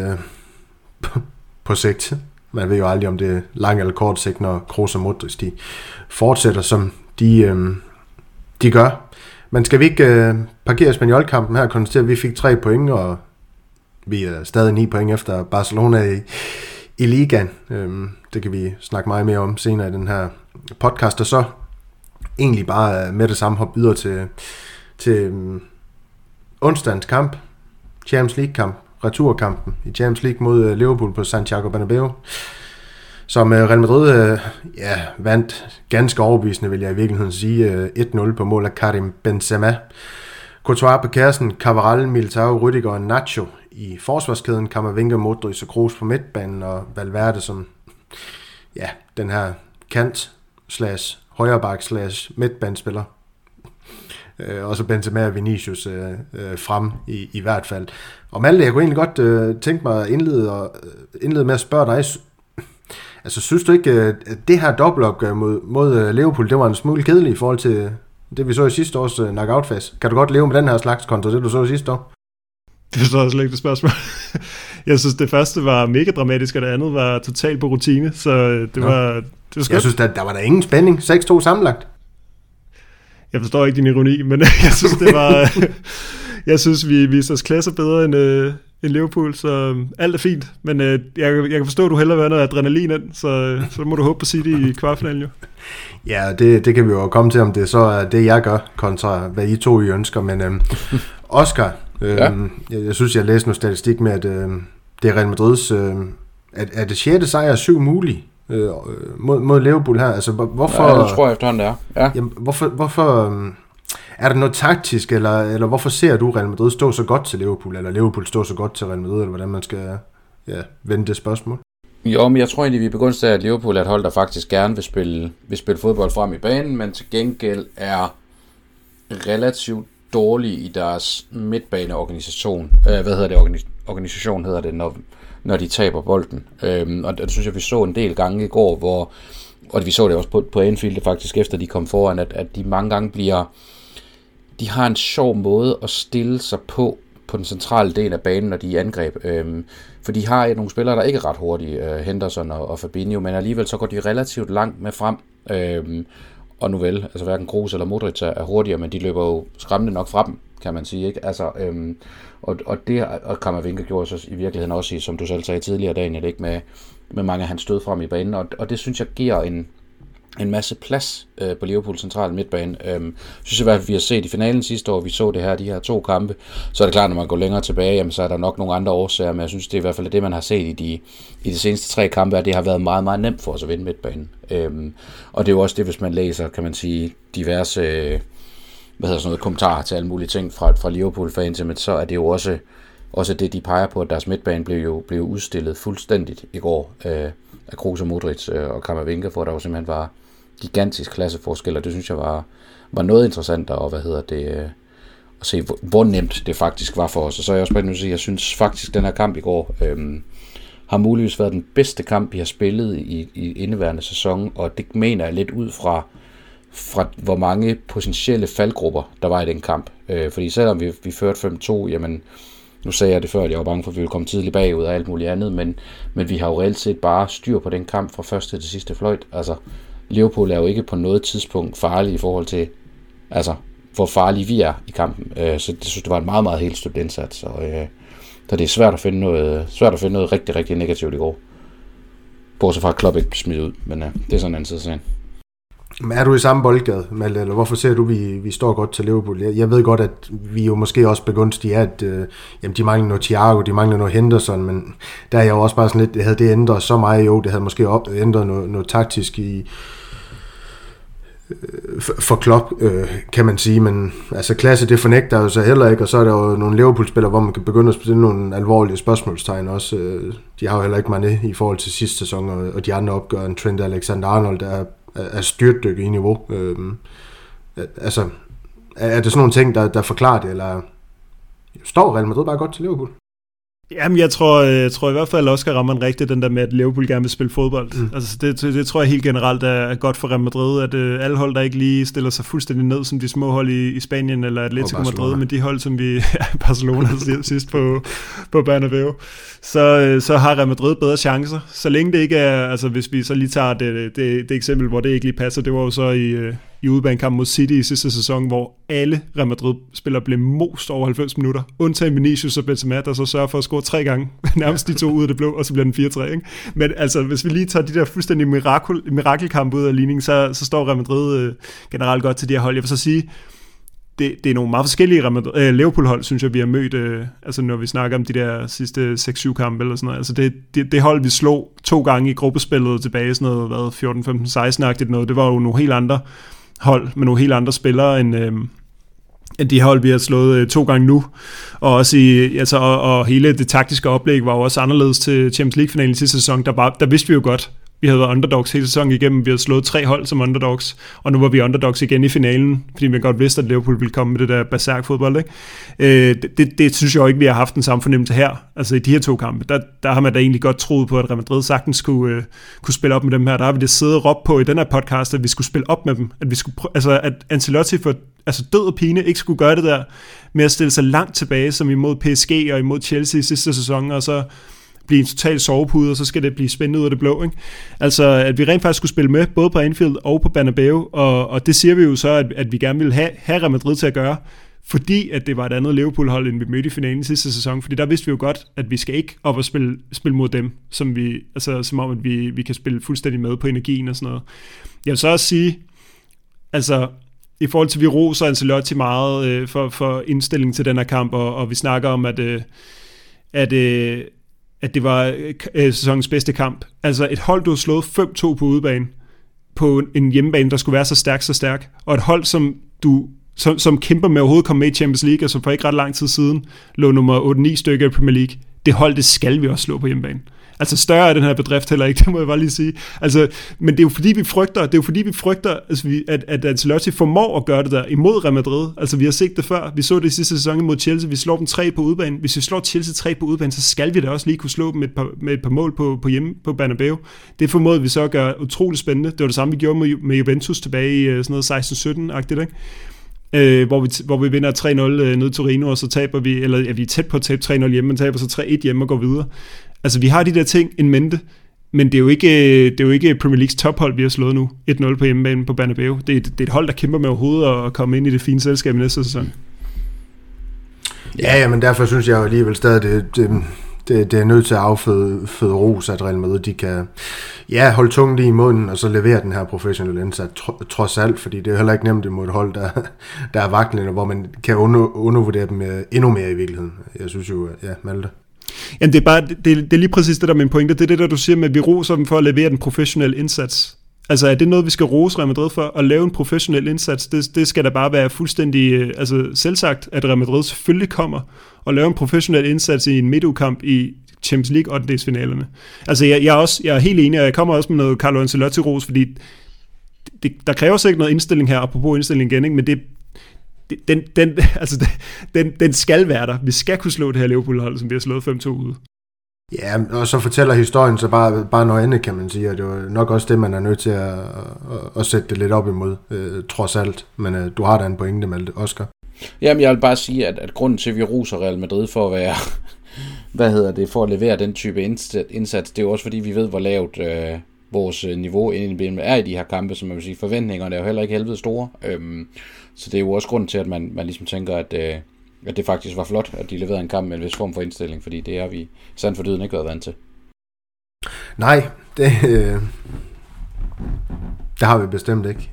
på sigt. Man ved jo aldrig, om det er lang eller kort sigt, når Kroos og Modric, de fortsætter, som de gør. Men skal vi ikke parkere Espanyol-kampen her, konstatere, at vi fik 3 point, og vi er stadig 9 point efter Barcelona i ligaen. Det kan vi snakke meget mere om senere i den her podcast, og så egentlig bare med det samme hoppe videre til onsdagens kamp, Champions League-kamp, returkampen i Champions League mod Liverpool på Santiago Bernabeu, som Real Madrid vandt ganske overbevisende, vil jeg i virkeligheden sige, 1-0 på mål af Karim Benzema. Courtois på kærsen, Cavaral, Militao, Rüdiger og Nacho i forsvarskæden, Camavinga, Modric og Kroos på midtbanen, og Valverde som den her kant / højreback / midtbanespiller. Og så Benzema og Vinicius frem i hvert fald. Og Malte, jeg kunne egentlig godt tænke mig at indlede med at spørge dig, altså synes du ikke, at det her dobbeltopgør mod Liverpool, det var en smule kedeligt i forhold til det vi så i sidste års knockout-fase? Kan du godt leve med den her slags kontra det du så i sidste år? Det forstår jeg slet ikke det spørgsmål. Jeg synes, det første var mega dramatisk, og det andet var totalt på rutine, så det var skønt. Jeg synes, der var der ingen spænding. 6-2 sammenlagt. Jeg forstår ikke din ironi, men jeg synes, det var... jeg synes, vi viste os klasser bedre end Liverpool, så alt er fint. Men jeg kan forstå, at du hellere vil have noget adrenalin ind, så må du håbe på City i kvartfinalen jo. Ja, det kan vi jo komme til, om det så er det, jeg gør, kontra hvad I to I ønsker. Men Oscar, jeg synes, jeg læste noget statistik med, at det er Real Madrids... er det 6. sejr 7 muligt mod Liverpool her? Altså, hvorfor... Ja, det tror jeg efterhånden, det er. Ja. Jamen, hvorfor er der noget taktisk, eller hvorfor ser du Real Madrid stå så godt til Liverpool, eller Liverpool stå så godt til Real Madrid, eller hvordan man skal vende det spørgsmål? Jo, men jeg tror egentlig, vi er begyndt til, at Liverpool er et hold, der faktisk gerne vil spille fodbold frem i banen, men til gengæld er relativt dårlige i deres midtbaneorganisation. Organisation hedder det, når de taber bolden. Og det synes jeg, vi så en del gange i går, og vi så det også på Anfield faktisk, efter de kom foran, at de mange gange de har en sjov måde at stille sig på den centrale del af banen, når de er i angreb. For de har nogle spillere, der ikke er ret hurtige, Henderson og Fabinho, men alligevel så går de relativt langt med frem. Og nu vel, altså hverken Kroos eller Modric er hurtigere, men de løber jo skræmmende nok fra dem, kan man sige, ikke? Altså, og det har Camavinga gjort så i virkeligheden også, som du selv sagde tidligere, Daniel, ikke? Med mange af hans stød frem i banen, og det synes jeg giver en masse plads på Liverpool central midtbane. Synes jeg i hvert fald, vi har set i finalen sidste år, vi så det her, de her 2 kampe, så er det klart, når man går længere tilbage, jamen, så er der nok nogle andre årsager, men jeg synes, det er i hvert fald det, man har set i de seneste 3 kampe, at det har været meget, meget nemt for os at vinde midtbanen. Og det er jo også det, hvis man læser, kan man sige, diverse kommentarer til alle mulige ting fra Liverpool-fans, så er det jo også også det, de peger på, at deres midtbane blev udstillet fuldstændigt i går af Kroos og Modric og Camavinga, for der jo simpelthen var gigantisk klasseforskel, og det synes jeg var noget interessant at se, hvor nemt det faktisk var for os. Og så er jeg også bare nødt til at sige, at jeg synes faktisk, at den her kamp i går har muligvis været den bedste kamp, vi har spillet i indeværende sæson, og det mener jeg lidt ud fra hvor mange potentielle faldgrupper, der var i den kamp. Fordi selvom vi førte 5-2, jamen, nu sagde jeg det før, at jeg var bange for, at vi ville komme tidligt bagud og alt muligt andet, men vi har jo reelt set bare styr på den kamp fra første til sidste fløjt. Altså, Liverpool er jo ikke på noget tidspunkt farlig i forhold til, altså, hvor farlige vi er i kampen. Så det synes, det var en meget, meget helt støbt indsats. Så det er svært at finde noget rigtig, rigtig negativt i går. Bortset fra, at Klopp ikke blev smidt ud, men det er sådan en anden side af sagen. Men er du i samme boldgade, Malte, eller hvorfor ser du, vi står godt til Liverpool? Jeg ved godt, at vi jo måske også begunstige af, at de mangler noget Thiago, de mangler noget Henderson, men der er jeg jo også bare sådan lidt, havde det ændret så meget, jo, det havde måske ændret noget taktisk for Klopp, kan man sige, men altså klasse, det fornægter jo så heller ikke, og så er der jo nogle Liverpool-spillere, hvor man kan begynde at stille nogle alvorlige spørgsmålstegn også. De har jo heller ikke Mané i forhold til sidste sæson, og de andre opgør en Trent Alexander-Arnold, der er styrtdykke i niveau. Altså, er det sådan nogle ting, der forklarer det, eller står Real Madrid bare godt til Liverpool? Jamen, jeg tror i hvert fald, at Oscar rammer en rigtig, den der med, at Liverpool gerne vil spille fodbold. Altså, det tror jeg helt generelt er godt for Real Madrid, at alle hold, der ikke lige stiller sig fuldstændig ned, som de små hold i Spanien eller Atletico Madrid, men de hold, som vi Barcelona sidst på Bernabeu, så har Real Madrid bedre chancer. Så længe det ikke er, altså hvis vi så lige tager det eksempel, hvor det ikke lige passer, det var jo så i udebanekampen mod City i sidste sæson, hvor alle Real Madrid-spillere blev most over 90 minutter, undtagen Vinicius og Benzema, der så sørger for at score 3 gange, nærmest de 2 ud af det blå, og så bliver den 4-3, ikke? Men altså, hvis vi lige tager de der fuldstændig mirakelkampe ud af ligningen, så står Real Madrid generelt godt til de her hold. Jeg vil så sige, det er nogle meget forskellige Liverpool-hold, synes jeg, vi har mødt, altså når vi snakker om de der sidste 6-7 kampe eller sådan noget. Altså det hold, vi slog 2 gange i gruppespillet tilbage, sådan noget, 14, 15, 16-agtigt noget, det var jo nogle helt andre hold med nogle helt andre spillere end de hold, vi har slået 2 gange nu. Og også og hele det taktiske oplæg var jo også anderledes til Champions League-finalen i sidste sæson. Der vidste vi jo godt, vi havde været underdogs hele sæsonen igennem. Vi havde slået 3 hold som underdogs, og nu var vi underdogs igen i finalen, fordi vi godt vidste, at Liverpool ville komme med det der berserk-fodbold, ikke? Det synes jeg jo ikke, vi har haft den samme fornemmelse her. Altså i de her 2 kampe, der har man da egentlig godt troet på, at Real Madrid sagtens kunne spille op med dem her. Der har vi det siddet og råbt på i den her podcast, at vi skulle spille op med dem. At vi skulle at Ancelotti for død og pine ikke skulle gøre det der med at stille sig langt tilbage, som imod PSG og imod Chelsea i sidste sæson, og så blive en total sovepude, og så skal det blive spændende ud af det blå, ikke? Altså, at vi rent faktisk skulle spille med, både på Anfield og på Bernabeu, og det siger vi jo så, at vi gerne vil have Real Madrid til at gøre, fordi at det var et andet Liverpool-hold, end vi mødte i finalen sidste sæson, fordi der vidste vi jo godt, at vi skal ikke op og spille mod dem, som om, at vi kan spille fuldstændig med på energien og sådan noget. Jeg vil så også sige, altså, i forhold til, vi roser Ancelotti meget for indstillingen til den her kamp, og vi snakker om, at det var sæsonens bedste kamp. Altså et hold, du har slået 5-2 på udebane, på en hjemmebane, der skulle være så stærk, og et hold, som kæmper med at overhovedet komme med i Champions League, og som for ikke ret lang tid siden lå nummer 8-9 stykker i Premier League. Det hold, det skal vi også slå på hjemmebane. Altså større er den her bedrift heller ikke, det må jeg bare lige sige. Altså, men det er jo fordi vi frygter, altså at Ancelotti formår at gøre det der imod Real Madrid. Altså vi har set det før. Vi så det i sidste sæson imod Chelsea. Vi slår dem 3 på udebane. Hvis vi slår Chelsea 3 på udebane, så skal vi da også lige kunne slå dem med et par mål på hjemme på Bernabeu. Det formåede vi så at gøre utroligt spændende. Det var det samme, vi gjorde med Juventus tilbage i sådan noget 16-17-agtigt, ikke? Hvor vi vinder 3-0 nede i Torino, og så taber vi, eller vi er tæt på at tabe 3-0 hjemme, men taber så 3-1 hjemme og går videre. Altså vi har de der ting in mente, men det er jo ikke Premier Leagues tophold, vi har slået nu. 1-0 på hjemmebane på Bernabeu. Det er et hold, der kæmper med overhovedet at komme ind i det fine selskab i næste sæson. Ja, men derfor synes jeg jo alligevel stadig, det er nødt til at afføde ros, at Real Madrid, de kan holde tungen lige i munden, og så levere den her professionelle indsats, trods alt, fordi det er heller ikke nemt imod et hold, der er vaklende, hvor man kan undervurdere dem endnu mere i virkeligheden. Jeg synes jo, Malte. Jamen det er lige præcis det der med min pointe. Det er det der, du siger med, at vi roser dem for at levere den professionelle indsats. Altså er det noget, vi skal rose Real Madrid for, at lave en professionel indsats? Det skal da bare være fuldstændig selvsagt, at Real Madrid selvfølgelig kommer og laver en professionel indsats i en midtugekamp i Champions League 8-delsfinalerne. Altså jeg er helt enig, og jeg kommer også med noget Carlo Ancelotti-ros, fordi der kræver sikkert noget indstilling her, apropos indstilling igen, ikke? Men den skal være der. Vi skal kunne slå det her Liverpool-hold, som vi har slået 5-2 ude. Ja, og så fortæller historien så bare noget andet, kan man sige, og det var nok også det, man er nødt til at sætte det lidt op imod, trods alt. Men du har da en pointe med det, Oscar. Jamen, jeg vil bare sige, at grunden til, at vi roser Real Madrid for at være, for at levere den type indsats, det er jo også, fordi vi ved, hvor lavt vores niveau indimellem er i de her kampe, som man vil sige, forventningerne er jo heller ikke helvede store. Så det er jo også grunden til, at man ligesom tænker, at det faktisk var flot, at de leverede en kamp med en vis form for indstilling, fordi det har vi sandt for dyden ikke været vant til. Nej, det har vi bestemt ikke.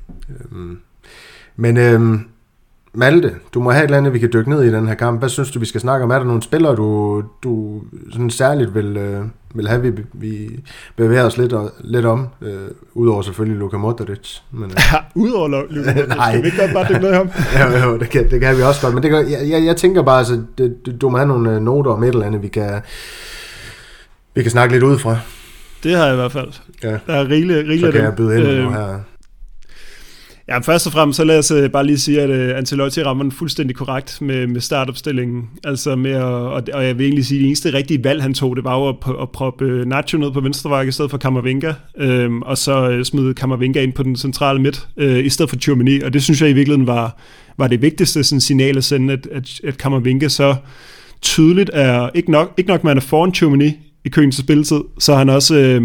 Men Malte, du må have et eller andet, vi kan dykke ned i den her kamp. Hvad synes du, vi skal snakke om? Er der nogle spillere, du sådan særligt vil have, vi bevæger os lidt om? Udover selvfølgelig Luka Modric. Men, udover Luka Modric? Nej. Skal vi ikke bare dykke ned i ham? jo, det kan vi også godt. Men jeg tænker bare, altså, du må have nogle noter om et eller andet, vi kan snakke lidt ud fra. Det har jeg i hvert fald. Ja. Der er rigeligt så kan jeg byde ind nu her. Ja, først og fremmest, så lad os bare lige sige, at Ancelotti rammer den fuldstændig korrekt med startopstillingen. Altså med og jeg vil egentlig sige, at det eneste rigtige valg, han tog, det var jo at proppe Nacho ned på venstreback i stedet for Camavinga, og så smide Camavinga ind på den centrale midt, i stedet for Tchouaméni, og det synes jeg i virkeligheden var det vigtigste sådan, signal at sende, at Camavinga så tydeligt er, ikke nok man er foran Tchouaméni i køen til spilletid, så er han også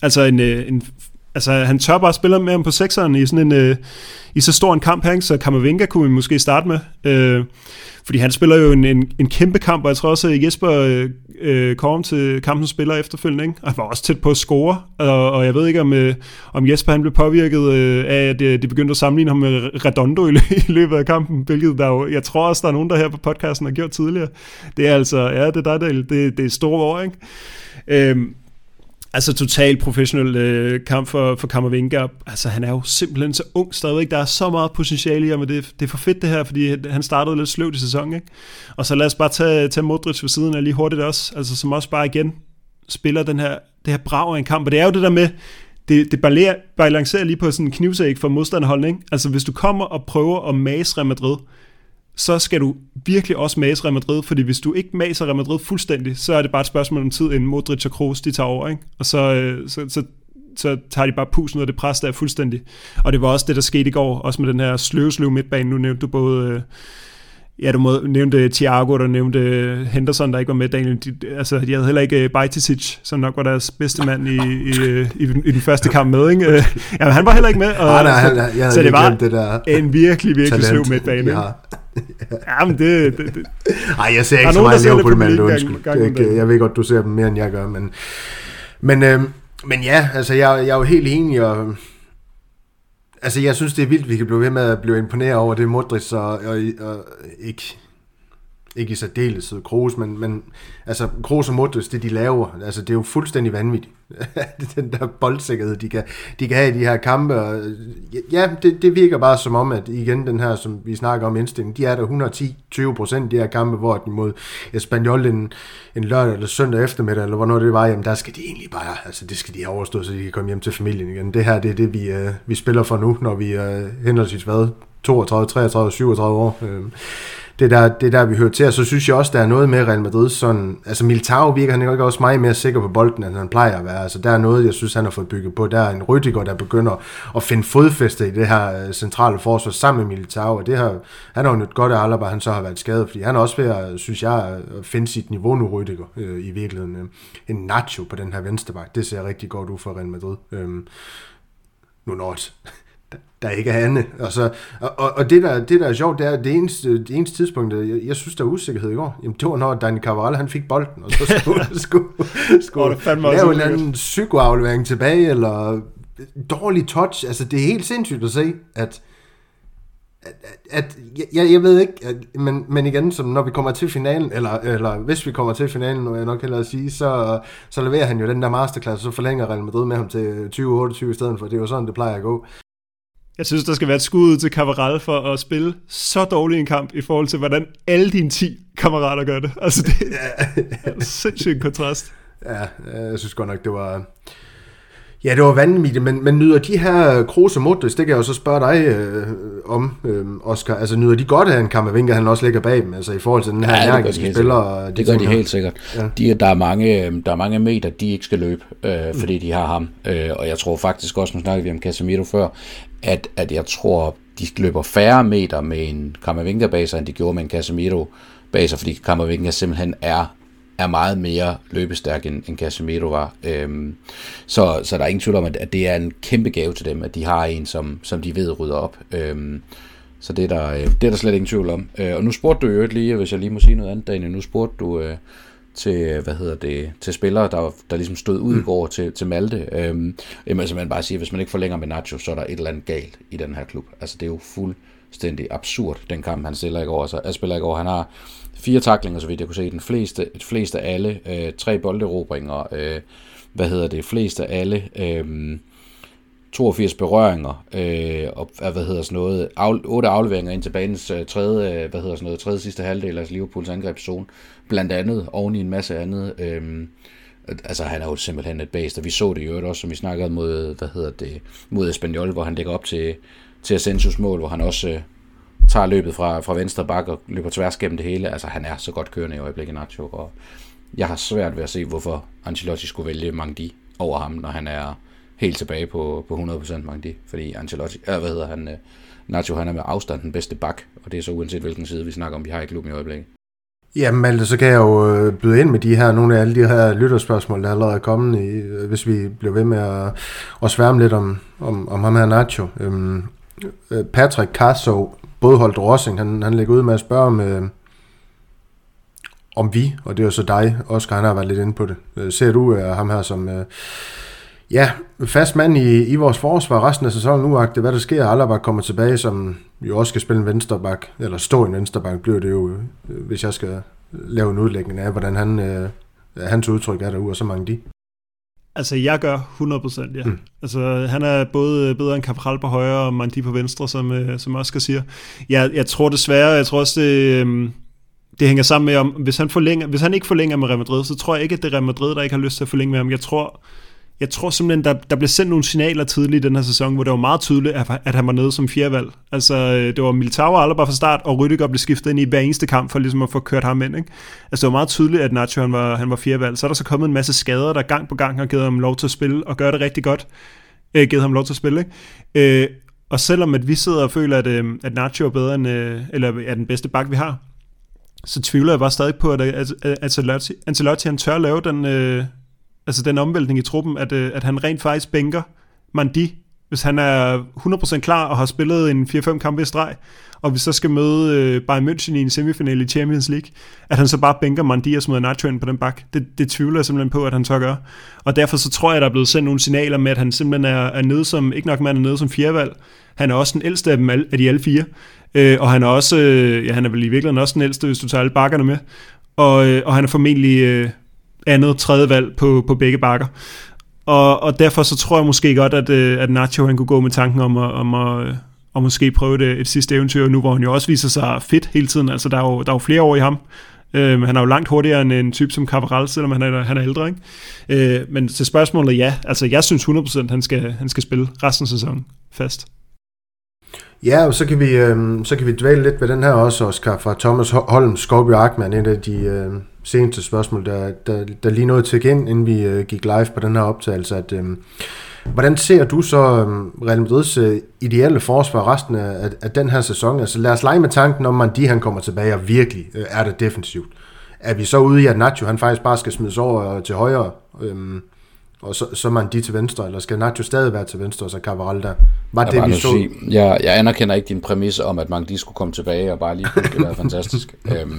han tør bare spille med ham på sekseren i sådan i så stor en kamp her, så Camavinga kunne vi måske starte med, fordi han spiller jo en kæmpe kamp, og jeg tror også, at Jesper kom til kampen spiller efterfølgende, ikke? Og han var også tæt på at score, og jeg ved ikke, om Jesper han blev påvirket af, at de begyndte at sammenligne ham med Redondo i løbet af kampen, hvilket der jo, jeg tror også, der er nogen, der her på podcasten har gjort tidligere. Det er altså, ja, det er dig, det er store år, ikke? Altså totalt professionel kamp for Camavinga. Altså han er jo simpelthen så ung stadigvæk. Der er så meget potentiale i ham, og det er for fedt det her, fordi han startede lidt sløvt i sæsonen, ikke? Og så lad os bare tage Modric ved siden af lige hurtigt også, altså som også bare igen spiller det her brag af en kamp. Og det er jo det der med, det balancerer lige på sådan en knivsæg for modstanderholden, ikke? Altså hvis du kommer og prøver at mase Real Madrid, så skal du virkelig også mase Real Madrid, fordi hvis du ikke maser Real Madrid fuldstændig, så er det bare et spørgsmål om tid, inden Modric og Kroos, de tager over, ikke? Og så tager de bare pusen ud af det pres, der er fuldstændig. Og det var også det, der skete i går, også med den her sløve midtbane. Nu nævnte du både, du nævnte Thiago, der nævnte Henderson, der ikke var med, Daniel. De havde heller ikke Bajticic, som nok var deres bedste mand i den første kamp med, ikke? Jamen, han var heller ikke med, så det var det der en virkelig sløv midtbane. Ja. Jamen Ej, jeg ser ikke så meget Liverpool, men jeg ved godt, du ser dem mere, end jeg gør, men ja, altså jeg er jo helt enig, og altså jeg synes, det er vildt, vi kan blive ved med at blive imponeret over det Modric, og ikke i særdeleshed Kroos, men altså Kroos og Modric, det de laver, altså det er jo fuldstændig vanvittigt. Den der boldsikkerhed, de kan have i de her kampe, og ja, det virker bare som om, at igen den her, som vi snakker om indstilling, de er der 110-20% de her kampe, hvor de mod Espanyol en lørdag eller søndag eftermiddag, eller hvornår det var, jamen der skal de egentlig bare, altså det skal de have overstået, så de kan komme hjem til familien igen. Det her, det er det, vi spiller for nu, når vi henholdsvis 32, 33, 37 år. Det er der, vi hører til, og så synes jeg også, der er noget med Real Madrid, sådan, altså Militao virker han ikke også meget mere sikker på bolden, end han plejer at være, altså der er noget, jeg synes, han har fået bygget på, der er en Rüdiger, der begynder at finde fodfæste i det her centrale forsvar sammen med Militao, og han har jo nyt godt af Alaba, han så har været skadet, fordi han er også ved at, synes jeg, at finde sit niveau nu, Rüdiger, i virkeligheden. En Nacho på den her venstreback, det ser rigtig godt ud for Real Madrid. Nu når der ikke er andet. Og det der er sjovt, det er det eneste tidspunkt, jeg synes, der er usikkerhed i går. Jamen, det var når Dani Carvajal, han fik bolden, og så skulle lave en anden psykoaflevering tilbage, eller dårlig touch. Altså, det er helt sindssygt at se, jeg ved ikke, men igen, som når vi kommer til finalen, eller hvis vi kommer til finalen, nu jeg nok hellere sige, så leverer han jo den der masterclass, så forlænger Real Madrid med ham til 2028 i stedet for. Det er jo sådan, det plejer at gå. Jeg synes, der skal være et skud til Cabral for at spille så dårlig en kamp i forhold til, hvordan alle dine 10 kammerater gør det. Altså, det er en sindssyg kontrast. Ja, jeg synes godt nok, det var... Ja, det var vanvittigt, men nyder de her Kroos og Modric, det kan jeg jo så spørge dig om, Oscar, altså nyder de godt af en Camavinga, han også ligger bag dem, altså i forhold til den her energiske spiller? Det gør de helt sikkert. Ja. Der er mange meter, de ikke skal løbe, fordi de har ham, og jeg tror faktisk også, nu snakkede vi om Casemiro før, at jeg tror, de løber færre meter med en Camavinga bag sig, end de gjorde med en Casemiro bag sig, fordi Camavinga simpelthen er meget mere løbestærk, end Casemiro var. Så der er ingen tvivl om, at det er en kæmpe gave til dem, at de har en, som de ved rydder op. Så det er der slet ingen tvivl om. Og nu spurgte du jo lige, hvis jeg lige må sige noget andet, Daniel, nu spurgte du til, til spillere, der ligesom stod ud i går til Malte. Jamen altså man bare siger, hvis man ikke forlænger med Nacho, så er der et eller andet galt i den her klub. Altså det er jo fuldstændig absurd, den kamp, han spiller i går. Han har 4 tacklinger, så vidt jeg kunne se, den fleste af alle, 3 bolderobringer, flest af alle, 82 berøringer, og 8 afleveringer ind til banens tredje sidste halvdel af Liverpools angrebszone, blandt andet, oven i en masse andet. Altså han er jo simpelthen et bæst, og vi så det jo også, som vi snakkede mod Espanyol, hvor han lægger op til Asensios mål, hvor han også tager løbet fra venstre bak og løber tværs gennem det hele. Altså han er så godt kørende i øjeblikket, Nacho, og jeg har svært ved at se, hvorfor Ancelotti skulle vælge Mangdi over ham, når han er helt tilbage på 100% Mangdi, fordi Nacho, han er med afstand den bedste bak, og det er så uanset hvilken side vi snakker om, vi har i klubben i øjeblikket. Jamen Malte, så kan jeg jo byde ind med nogle af alle de her lytterspørgsmål, der allerede er kommet, hvis vi bliver ved med at sværme lidt om ham her Nacho. Patrick Casso, Bådholdt Rossing, han lægger ud med at spørge om vi, og det er jo så dig, Oscar, han har været lidt inde på det. Ser du ham her som fast mand i vores forsvar resten af sæsonen, uagtet hvad der sker? Alaba kommer tilbage, som jo også skal spille en vensterbak, eller stå en vensterbak, bliver det jo, hvis jeg skal lave en udlægning af, hvordan hans udtryk er derude, og så mange de. Altså, jeg gør 100%, ja. Altså, han er både bedre end Cabral på højre og Mandi på venstre, som Oscar siger. Jeg tror desværre, jeg tror også, det hænger sammen med, om hvis han ikke forlænger med Real Madrid, så tror jeg ikke, at det er Real Madrid, der ikke har lyst til at forlænge med ham. Jeg tror simpelthen, der blev sendt nogle signaler tidligt i den her sæson, hvor det var meget tydeligt, at han var nede som fjerdevalg. Altså, det var Militao og Alaba fra start, og Rüdiger blev skiftet ind i hver eneste kamp, for ligesom at få kørt ham ind, ikke? Altså, det var meget tydeligt, at Nacho, han var fjerdevalg. Så er der så kommet en masse skader, der gang på gang har givet ham lov til at spille, og gøre det rigtig godt. Givet ham lov til at spille, ikke? Og selvom at vi sidder og føler, at Nacho er bedre end, eller er den bedste bak, vi har, så tvivler jeg bare stadig på, at Ancelotti han tør lave den omvæltning i truppen, at han rent faktisk bænker Mandi, hvis han er 100% klar og har spillet en 4-5 kampe i streg, og vi så skal møde Bayern München i en semifinale i Champions League, at han så bare bænker Mandi og smider Nacho ind på den bak. Det tvivler jeg simpelthen på, at han tør gøre. Og derfor så tror jeg, der er blevet sendt nogle signaler med, at han simpelthen er nede som, ikke nok med, han er nede som fjerdevalg, han er også den ældste af dem af de alle 4. Og han er også, han er vel i virkeligheden også den ældste, hvis du tager alle bakkerne med. Og han er formentlig andet tredje valg på begge bakker. Og derfor så tror jeg måske godt, at Nacho han kunne gå med tanken om at måske prøve et sidste eventyr, nu hvor han jo også viser sig fedt hele tiden. Altså der er jo flere år i ham. Han er jo langt hurtigere end en type som Cabral, selvom han er ældre, ikke? Men til spørgsmålet, ja. Altså jeg synes 100% han skal spille resten af sæsonen fast. Ja, og så kan vi dvæle lidt ved den her også, Oscar, fra Thomas Holm, Skorby Arkman, en af de seneste spørgsmål, der lige nåede til igen, inden vi gik live på den her optagelse, at hvordan ser du så Real Madrids ideelle forsvar resten af den her sæson? Altså lad os lege med tanken om, at han kommer tilbage og virkelig er det defensivt. Er vi så ude i, at Nacho han faktisk bare skal smides over til højre, og så Mandi til venstre, eller skal Nacho stadig være til venstre, og så Cabral der? Jeg anerkender ikke din præmis om, at Mandi skulle komme tilbage og bare lige pludselig være fantastisk.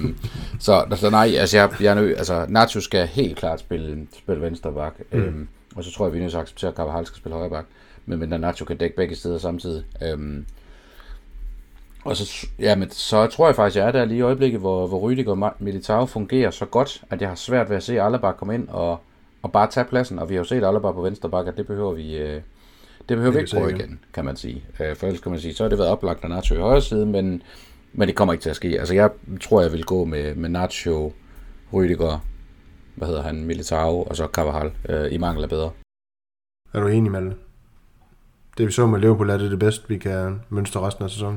Så nej, altså Nacho skal helt klart spille venstre bak, og så tror jeg, vi er nødt til at acceptere, at Cabral skal spille højre bak, men Nacho kan dække begge steder samtidig. Og så tror jeg faktisk, jeg er der lige i øjeblikket, hvor Rüdiger og Militao fungerer så godt, at jeg har svært ved at se Alaba komme ind og bare tage pladsen. Og vi har jo set Alaba på venstre bakke, at det behøver vi ikke prøve igen, kan man sige. For ellers kan man sige, så har det været oplagt af Nacho i højre side, men det kommer ikke til at ske. Altså jeg tror, jeg vil gå med Nacho, Rüdiger, Militao og så Carvajal i mangel af bedre. Er du enig, Malte? Det vi så med Liverpool, er det bedste, vi kan mønstre resten af sæsonen?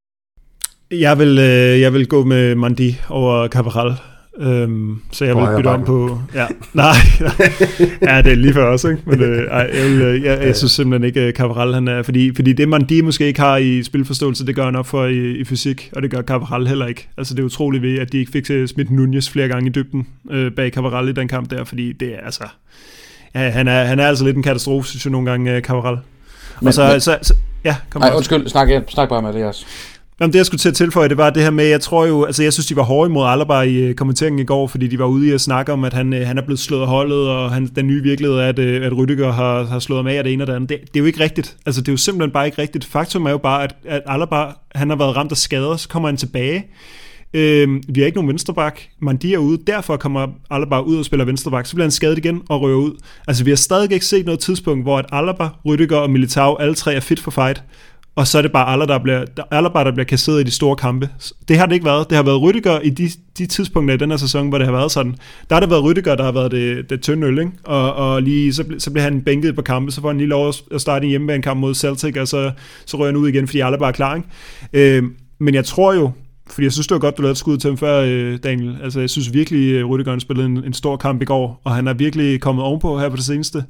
Jeg vil gå med Mandi over Carvajal. Så jeg vil bytte om på... Ja, nej. Ja, det er lige før også, ikke? Men jeg synes simpelthen ikke, Carvajal han er... Fordi det, Mandi måske ikke har i spilforståelse, det gør han op for i fysik, og det gør Carvajal heller ikke. Altså, det er utroligt ved, at de ikke fik smidt Nunez flere gange i dybden bag Carvajal i den kamp der, fordi det er altså... Ja, han er altså lidt en katastrofe, synes jeg nogle gange, Carvajal. Og ja, kom nej, undskyld, snak bare med det også. Jamen det jeg skulle til at tilføje, det var det her med, jeg synes de var hårde imod Alaba i kommenteringen i går, fordi de var ude i at snakke om, at han er blevet slået af holdet, og den nye virkelighed er, at Rüdiger har slået ham af af det ene og det andet. Det er jo ikke rigtigt. Altså det er jo simpelthen bare ikke rigtigt. Faktum er jo bare, at Alaba, han har været ramt af skader, så kommer han tilbage. Vi har ikke nogen venstreback. Mandi er ude, derfor kommer Alaba ud og spiller venstreback. Så bliver han skadet igen og rører ud. Altså vi har stadig ikke set noget tidspunkt, hvor at Alaba, Rüdiger og Militao, alle tre er fit for fight. Og så er det bare Alaba, der bliver kasseret i de store kampe. Det har det ikke været. Det har været Rüdiger i de tidspunkter i den her sæson, hvor det har været sådan. Der har det været Rüdiger, der har været det tynde øl, ikke? Og lige, så bliver han bænket på kampe, så får han lige lov at starte en hjemmebanekamp mod Celtic, og så rører han ud igen, fordi Alaba er klar, ikke? Men jeg tror jo, fordi jeg synes, det var godt, du lavede et skud til ham før, Daniel. Altså, jeg synes virkelig, Rüdiger spillede en stor kamp i går, og han er virkelig kommet ovenpå her på det seneste.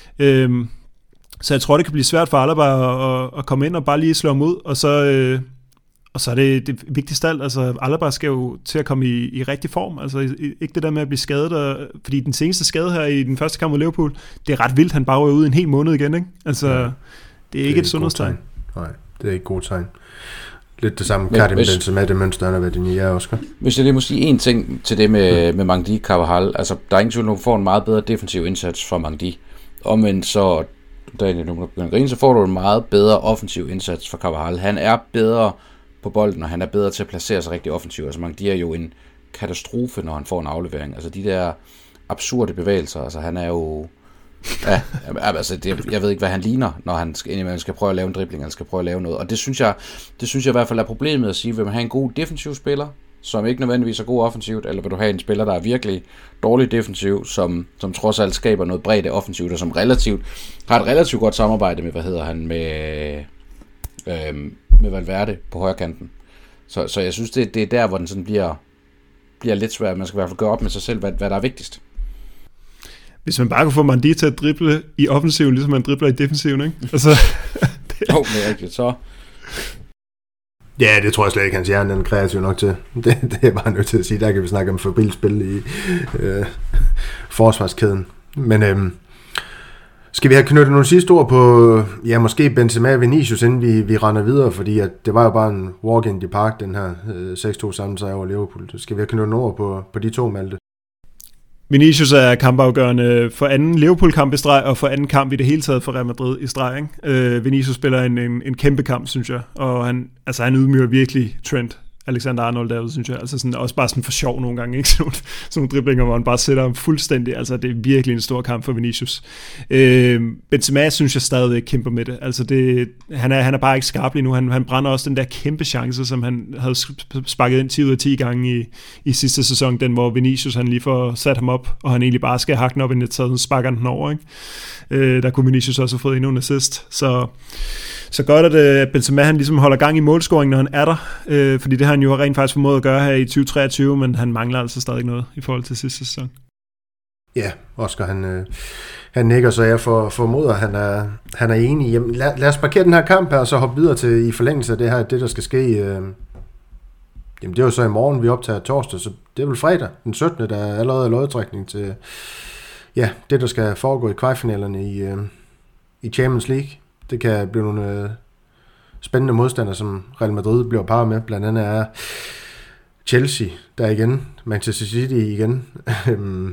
Så jeg tror, det kan blive svært for Alaba at komme ind og bare lige slå ham ud, og så er det vigtigste alt. Altså, Alaba skal jo til at komme i rigtig form. Altså, ikke det der med at blive skadet, fordi den seneste skade her i den første kamp mod Liverpool, det er ret vildt, han bare er ude en hel måned igen, ikke? Altså, ja, det er ikke et sundhedstegn. Nej, det er ikke et godt tegn. Lidt det samme Karim Benzema, det mønster, han har været inde i jer, Oscar. Hvis jeg lige må sige en ting til det med Mangdi Carvajal, altså der er ingen tvivl, at du får en meget bedre defensiv indsats fra Mangdi. Omvendt så, så får du en meget bedre offensiv indsats fra Carvajal. Han er bedre på bolden, og han er bedre til at placere sig rigtig offensivt. Altså Mangdi er jo en katastrofe, når han får en aflevering. Altså de der absurde bevægelser, altså han er jo... Ja, altså jeg ved ikke, hvad han ligner, når han skal prøve at lave en dribling, eller skal prøve at lave noget. Og det synes jeg i hvert fald er problemet at sige, vil man have en god defensiv spiller, som ikke nødvendigvis er god offensivt, eller vil du have en spiller, der er virkelig dårlig defensiv, som trods alt skaber noget bredt offensivt, og som har et relativt godt samarbejde med, med Valverde på højre kanten. Så jeg synes, det er der, hvor den sådan bliver lidt svært. Man skal i hvert fald gøre op med sig selv, hvad der er vigtigst. Hvis man bare kunne få Mandi til at drible i offensiven, ligesom man dribler i defensiven, ikke? Altså, det er rigtigt, så... Ja, det tror jeg slet ikke, hans hjerne er kreativ nok til. Det er jeg bare nødt til at sige. Der kan vi snakke om forbilledspil i forsvarskæden. Men skal vi have knyttet nogle sidste ord på, ja, måske Benzema og Vinicius, inden vi render videre, fordi at det var jo bare en walk in the park, den her 6-2 sammensejr over Liverpool. Skal vi have knyttet nogle ord på de to, Malte? Vinicius er kampafgørende for anden Liverpool-kamp i streg, og for anden kamp i det hele taget for Real Madrid i streg, ikke? Vinicius spiller en kæmpe kamp, synes jeg, og han ydmyger virkelig Trent Alexander-Arnold derude, synes jeg. Altså sådan, også bare sådan for sjov nogle gange, ikke? Sådan nogle driblinger, hvor han bare sætter ham fuldstændig. Altså det er virkelig en stor kamp for Vinicius. Benzema synes jeg stadigvæk kæmper med det. Altså han er bare ikke skarp lige nu. Han brænder også den der kæmpe chance, som han havde sparket ind 10 ud af 10 gange i sidste sæson, den hvor Vinicius han lige får sat ham op, og han egentlig bare skal hakke den op i nettet, så sparker han den over, ikke? Der kunne Vinicius også have fået endnu en assist. Så godt, at Benzema han ligesom holder gang i målscoringen, når han er der, fordi det har han jo rent faktisk formået at gøre her i 2023, men han mangler altså stadig noget i forhold til sidste sæson. Ja, Oscar, han nikker, så jeg formoder, han er enig. Jamen, lad os parkere den her kamp her, og så hoppe videre til i forlængelse af det her, det der skal ske. Jamen, det er jo så i morgen, vi optager torsdag, så det er vel fredag, den 17. der er allerede lodtrækning til, ja, det der skal foregå i kvartfinalerne i Champions League. Det kan blive nogle spændende modstandere, som Real Madrid bliver parret med. Blandt andet er Chelsea der igen, Manchester City igen.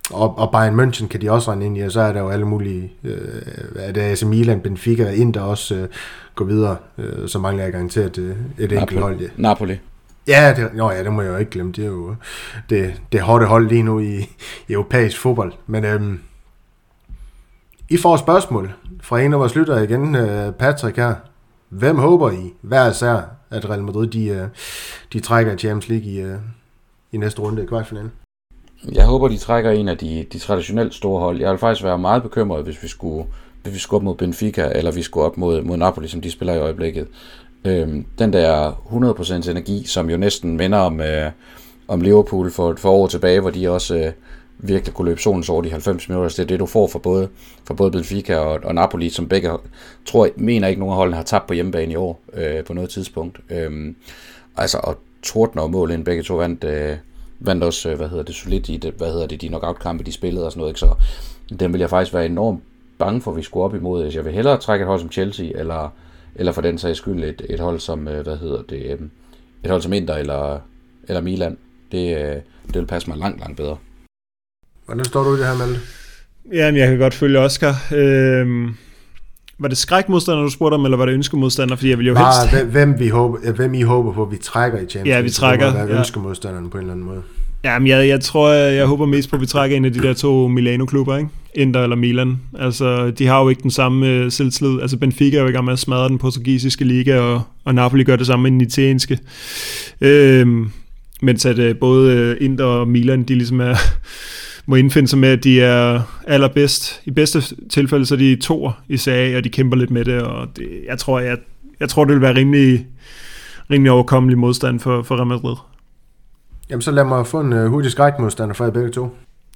Og Bayern München kan de også rende ind i, og så er der jo alle mulige, det AC Milan, Benfica, Inter også går videre, så mangler jeg garanteret et enkelt hold. Ja. Napoli. Ja, det må jeg jo ikke glemme. Det er jo det hårde hold lige nu i europæisk fodbold. Men I får et spørgsmål fra en af vores lyttere igen, Patrick her. Hvem håber I hver især, at Real Madrid de trækker i Champions League i næste runde i kvartfinalen? Jeg håber, de trækker en af de traditionelt store hold. Jeg vil faktisk være meget bekymret, hvis vi skulle op mod Benfica, eller vi skulle op mod Napoli, som de spiller i øjeblikket. Den der 100% energi, som jo næsten minder om Liverpool for år tilbage, hvor de også virkelig kunne løbe solens over de 90 minutter. Så det er det, du får for både Benfica og Napoli, som begge mener ikke, nogen af holdene har tabt på hjemmebane i år på noget tidspunkt. Og Tordner og mål ind, begge to vandt også, solidt i det, de knockout-kampe, de spillede og sådan noget, ikke? Så den vil jeg faktisk være enormt bange for, at vi skulle op imod. Jeg vil hellere trække et hold som Chelsea, eller for den sags skyld et hold som, et hold som Inter eller Milan. Det vil passe mig langt, langt bedre. Hvordan står du i det her, Malte? Jamen, jeg kan godt følge Oscar. Var det skrækmodstander, du spurgte om, eller var det ønskemodstander? Fordi jeg vil jo helst... Hvem I håber på, vi trækker i Champions League? Ja, vi trækker. Det være ønskemodstanderne på en eller anden måde. Jamen, jeg tror, jeg håber mest på, at vi trækker en af de der 2 Milano-klubber, ikke? Inter eller Milan. Altså, de har jo ikke den samme selvtillid. Altså, Benfica er jo i gang med at smadre den portugisiske liga, og Napoli gør det samme med den italienske. Mens at både Inter og Milan, de ligesom må indfinde sig med, at de er allerbedst. I bedste tilfælde, så er de 2'er i serie, og de kæmper lidt med det, og jeg tror, det vil være rimelig overkommelig modstand for Real Madrid. Jamen, så lad mig få en hurtig skrækmodstander for jer begge to.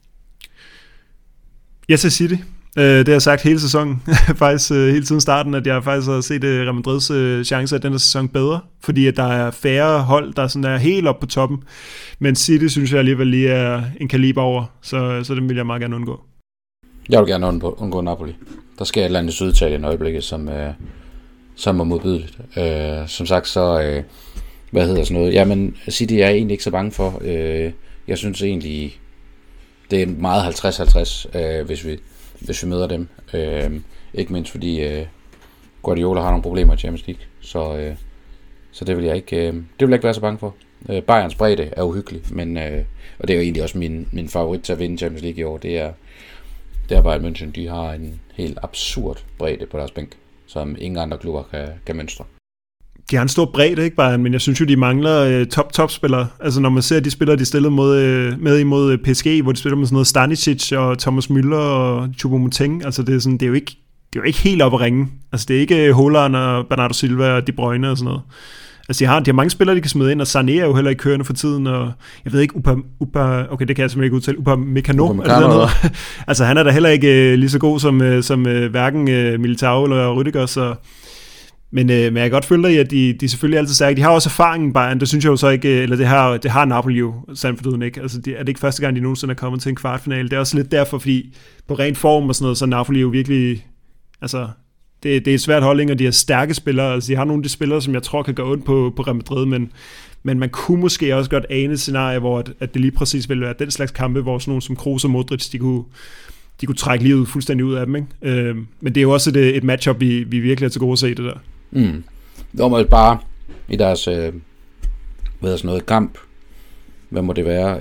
Jeg siger City. Det har jeg sagt hele sæsonen, faktisk hele tiden starten, at jeg faktisk har set Real Madrids chancer i denne sæson bedre, fordi at der er færre hold, der sådan er helt oppe på toppen. Men City synes jeg alligevel lige er en kaliber over, så det vil jeg meget gerne undgå. Jeg vil gerne undgå Napoli. Der sker et eller andet i Syditalien i øjeblikket, som er modbydeligt. Som sagt, så... Jamen, City er jeg egentlig ikke så bange for. Jeg synes egentlig, det er meget 50-50, hvis vi møder dem. Ikke mindst fordi Guardiola har nogle problemer i Champions League. Så det vil jeg ikke være så bange for. Bayerns bredde er uhyggelig, men og det er jo egentlig også min favorit til at vinde Champions League i år. Det er Bayern München. De har en helt absurd bredde på deres bænk, som ingen andre klubber kan mønstre. De har en stor bredde, ikke bare, men jeg synes jo, de mangler top-spillere. Altså når man ser, de spillere, de stillede med imod PSG, hvor de spiller med sådan noget Stanisic og Thomas Müller og Choupo-Moting. Altså det er jo ikke helt op at ringe. Altså det er ikke Haaland og Bernardo Silva og De Bruyne og sådan noget. Altså de har mange spillere, de kan smide ind, og Sané er jo heller ikke kørende for tiden, og jeg ved ikke, okay, det kan jeg simpelthen ikke udtale, Upamecano. Altså han er da heller ikke lige så god som hverken Militao eller Rüdiger, så... Men jeg kan godt følge dig i, at de selvfølgelig altid stærke. De har også erfaringen, Bayern, det synes jeg jo så ikke, eller det har Napoli jo, sandt for duden ikke. Altså er det ikke første gang, de nogensinde er kommet til en kvartfinale. Det er også lidt derfor, fordi på ren form og sådan noget, så Napoli jo virkelig, altså det er et svært hold, ikke? Og de har stærke spillere. Altså de har nogle af de spillere, som jeg tror kan gå ondt på Real Madrid, men man kunne måske også godt ane et scenarie, hvor at det lige præcis ville være den slags kampe, hvor sådan nogle som Kroos og Modric, de kunne trække livet fuldstændig ud af dem, ikke? Men det er jo også et matchup, vi virkelig er til gode at se det der. Det var bare i deres kamp, hvad må det være,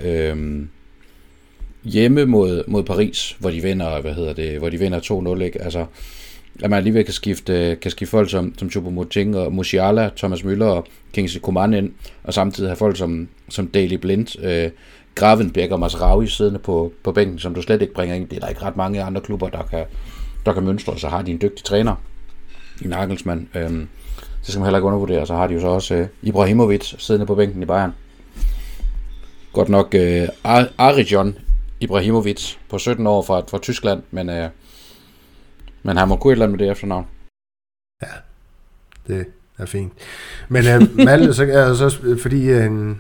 hjemme mod Paris, hvor de vinder 2-0, ikke? Altså at man alligevel kan skifte folk som Choupo-Moting og Musiala, Thomas Müller og Kingsley Coman ind, og samtidig have folk som Daley Blind, Gravenberch og Mazraoui siddende på bænken, som du slet ikke bringer ind. Det er der ikke ret mange andre klubber, der kan mønstre, så har de en dygtig træner i Nagelsmann. Det skal man heller ikke undervurdere. Så har de jo så også Ibrahimovic siddende på bænken i Bayern. Godt nok Arijon Ibrahimovic på 17 år fra Tyskland, men han må kunne et eller andet med det efternavn. Ja, det er fint. Men Malte, så er så fordi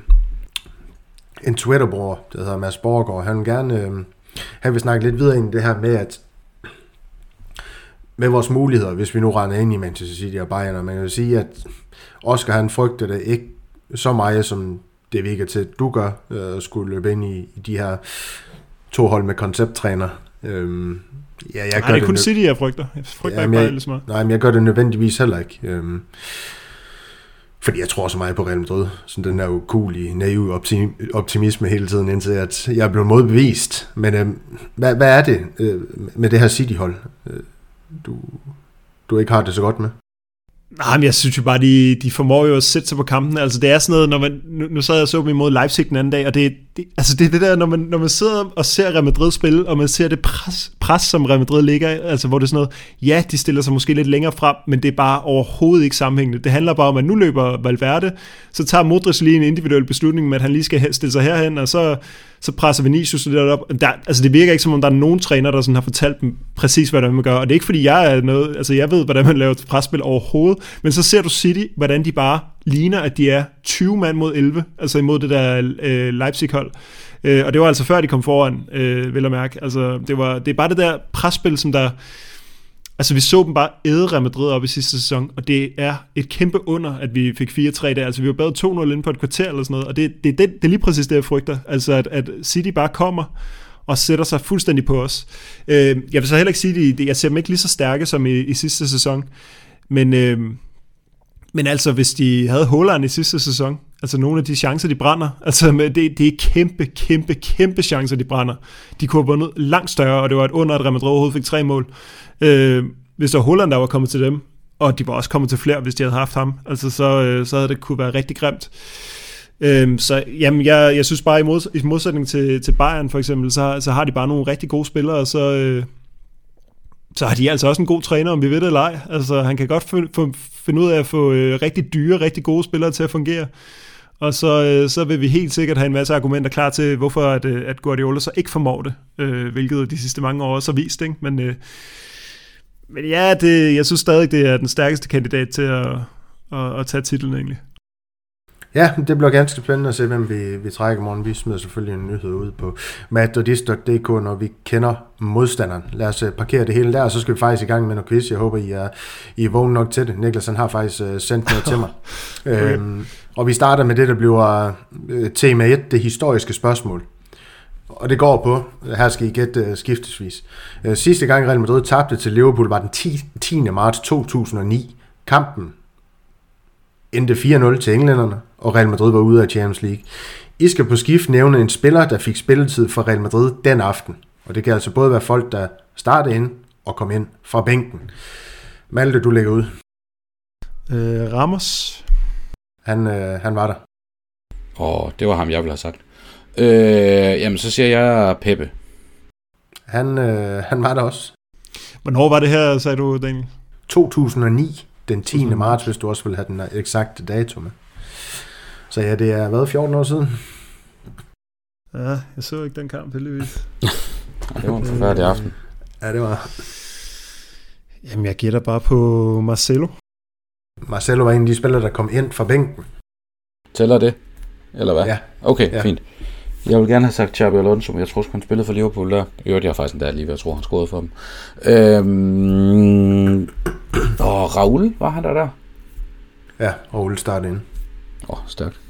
en Twitter-bror, der hedder Mads Borgård, han vil gerne han vil snakke lidt videre ind det her med, at med vores muligheder, hvis vi nu render ind i Manchester City og Bayern, og man kan jo sige, at Oscar han frygter det ikke så meget, som det virker til, at du gør, skulle løbe ind i de her 2 hold med koncepttræner. Ja, det er kun City, jeg frygter. Jeg frygter ikke bare lidt så meget. Nej, men jeg gør det nødvendigvis heller ikke. Fordi jeg tror så meget på Real Madrid. Sådan den der ukulige, naive optimisme hele tiden, indtil at jeg er blevet modbevist. Men hvad er det med det her City-hold, du ikke har det så godt med? Nej, men jeg synes jo bare, de formår jo at sætte sig på kampen. Altså det er sådan noget, når man, nu sad jeg og så dem imod Leipzig den anden dag, og det er det der, når man sidder og ser Real Madrid spille, og man ser det pres som Real Madrid ligger, altså hvor det er sådan noget, ja, de stiller sig måske lidt længere frem, men det er bare overhovedet ikke sammenhængende. Det handler bare om, at nu løber Valverde, så tager Modric lige en individuel beslutning med, at han lige skal stille sig herhen, og så presser Vinicius det op. Altså det virker ikke som om, der er nogen træner, der sådan har fortalt dem præcis, hvad man gør. Og det er ikke fordi, jeg ved, hvordan man laver et presspil overhovedet, men så ser du City, hvordan de bare ligner, at de er 20 mand mod 11, altså imod det der Leipzig-hold. Og det var altså før de kom foran, vil jeg mærke. Altså det er bare det der presspil, som der... Altså vi så dem bare æde Real Madrid op i sidste sæson, og det er et kæmpe under, at vi fik 4-3 der. Altså vi var bedre 2-0 inde på et kvarter eller sådan noget, og det er lige præcis det, jeg frygter. Altså at City bare kommer og sætter sig fuldstændig på os. Jeg vil så heller ikke sige, at jeg ser dem ikke lige så stærke som i sidste sæson, men altså hvis de havde Haaland i sidste sæson, altså nogle af de chancer, de brænder, altså det er kæmpe chancer, de brænder. De kunne have vundet langt større, og det var et under, at Real Madrid overhovedet fik 3 mål. Hvis der var Haaland, der var kommet til dem, og de var også kommet til flere, hvis de havde haft ham, altså så havde det kunne være rigtig grimt. Så jamen, jeg synes bare, i modsætning til Bayern for eksempel, så har de bare nogle rigtig gode spillere, og så har de altså også en god træner, om vi ved det eller ej. Altså, han kan godt finde ud af at få rigtig dyre, rigtig gode spillere til at fungere. Og så vil vi helt sikkert have en masse argumenter klar til, hvorfor at Guardiola så ikke formår det, hvilket de sidste mange år også har vist, ikke? Men ja, jeg synes stadig, det er den stærkeste kandidat til at tage titlen egentlig. Ja, det bliver ganske spændende at se, hvem vi trækker i morgen. Vi smider selvfølgelig en nyhed ud på madridist.dk, når vi kender modstanderen. Lad os parkere det hele der, og så skal vi faktisk i gang med noget quiz. Jeg håber, I er vågne nok til det. Niklas, han har faktisk sendt noget til mig. Okay. Og vi starter med det, der bliver tema 1, det historiske spørgsmål. Og det går på, her skal I gætte skiftesvis. Sidste gang Real Madrid tabte til Liverpool var den 10. marts 2009. Kampen endte 4-0 til englænderne, og Real Madrid var ude af Champions League. I skal på skift nævne en spiller, der fik spilletid for Real Madrid den aften. Og det kan altså både være folk, der startede ind og kom ind fra bænken. Malte, du lægger ud. Ramos. Han var der. Det var ham, jeg ville have sagt. Jamen, så siger jeg Pepe. Han var der også. Hvornår var det her, sagde du, Daniel? 2009. Den 10. marts, hvis du også vil have den eksakte dato med. Så ja, det er været 14 år siden. Ja, jeg så ikke den kamp, heldigvis. Det var en forfærdelig aften. Ja, det var. Jamen, jeg gætter bare på Marcelo. Marcelo var en af de spillere, der kom ind fra bænken. Tæller det? Eller hvad? Ja. Okay, ja. Fint. Jeg vil gerne have sagt Xabi Alonso, men jeg tror, han spillede for Liverpool der. Jeg har faktisk en der lige ved, jeg tror, han scorede for dem. Raul, var han der? Ja, Raul startede ind. Stærkt.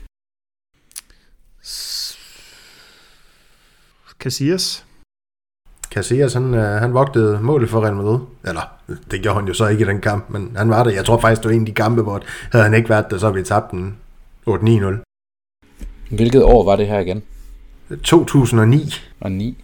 Casillas, han vogtede målet for Real Madrid. Eller, det gjorde han jo så ikke i den kamp, men han var der. Jeg tror faktisk, det var en af de kampe, hvor havde han ikke været der, så havde vi tabt den 8-9-0. Hvilket år var det her igen? 2009. Og 9.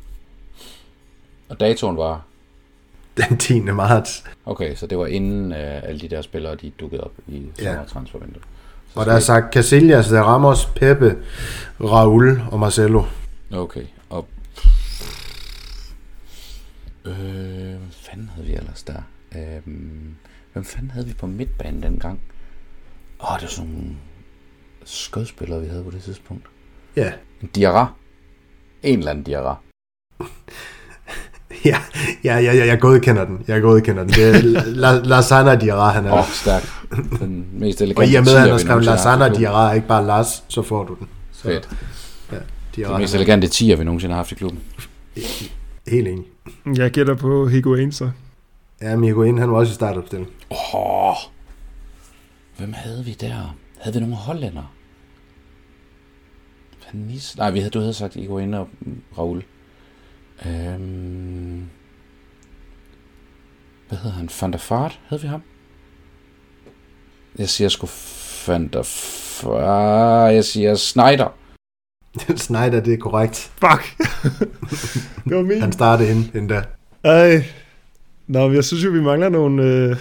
Og datoen var? Den 10. marts. Okay, så det var inden alle de der spillere, de dukkede op i sommertransfervinduet. Og der er sagt Casillas, Ramos, Pepe, Raul og Marcelo. Okay, og hvad fanden havde vi ellers der? Hvem fanden havde vi på midtbanen dengang? Det var sådan nogle skødspillere, vi havde på det tidspunkt. Ja. Diarra. En eller anden Diarra. Ja, jeg godkender den. Det er Lassana Diarra, han er. Stærk. Den mest elegante. Og i og med, at han har skrevet Lassana Diarra, ikke bare Lars, så får du den. Så, fedt. Ja, den mest elegante 10'er, vi nogensinde har haft i klubben. Helt enig. Jeg gætter på Higuain, så. Ja, men Higuain, han var også i startopstilling. Hvem havde vi der? Havde vi nogle hollænder? Nej, du havde sagt Higuain og Raul. Hvad hedder han? Van der Vaart? Hed vi ham? Jeg siger sgu Van der Vaart. Jeg siger Sneijder. Sneijder, det er korrekt. Fuck! Det var min. Han startede inden da. Ej. Nå, men jeg synes jo, vi mangler nogle...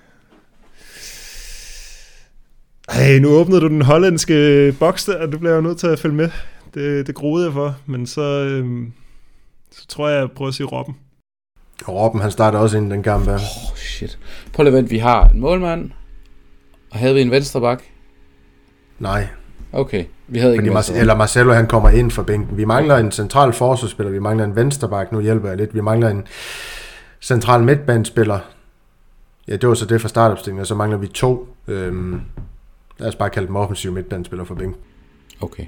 nu åbnede du den hollandske boks der, og du bliver jo nødt til at følge med. Det groede jeg for, men så tror jeg prøver at sige Robben. Og Robben, han startede også inden den kamp der. Shit. Prøv lige at vente, vi har en målmand, og havde vi en venstreback? Nej. Okay, vi havde ikke eller Marcelo, han kommer ind fra bænken. Vi mangler en central forsvarsspiller, vi mangler en venstreback, nu hjælper jeg lidt. Vi mangler en central midtbanespiller. Ja, det var så det fra startopstillingen, og så mangler vi 2. Lad os bare kalde dem offensive midtbanespillere fra bænken. Okay.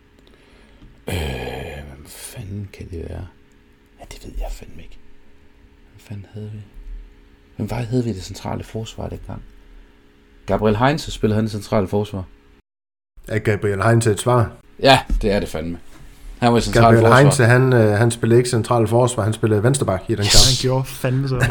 Hvad fanden kan det være? Ja, det ved jeg fandme ikke. Hvad fanden havde vi? Hvem var havde vi det centrale forsvar dengang? Gabriel Heinze spillede han det centrale forsvar. Er Gabriel Heinze et svar? Ja, det er det fandme. Han var i centrale Gabriel forsvar. Heinze, han spillede ikke centrale forsvar, han spillede venstreback i den kamp. Han gjorde fandme så.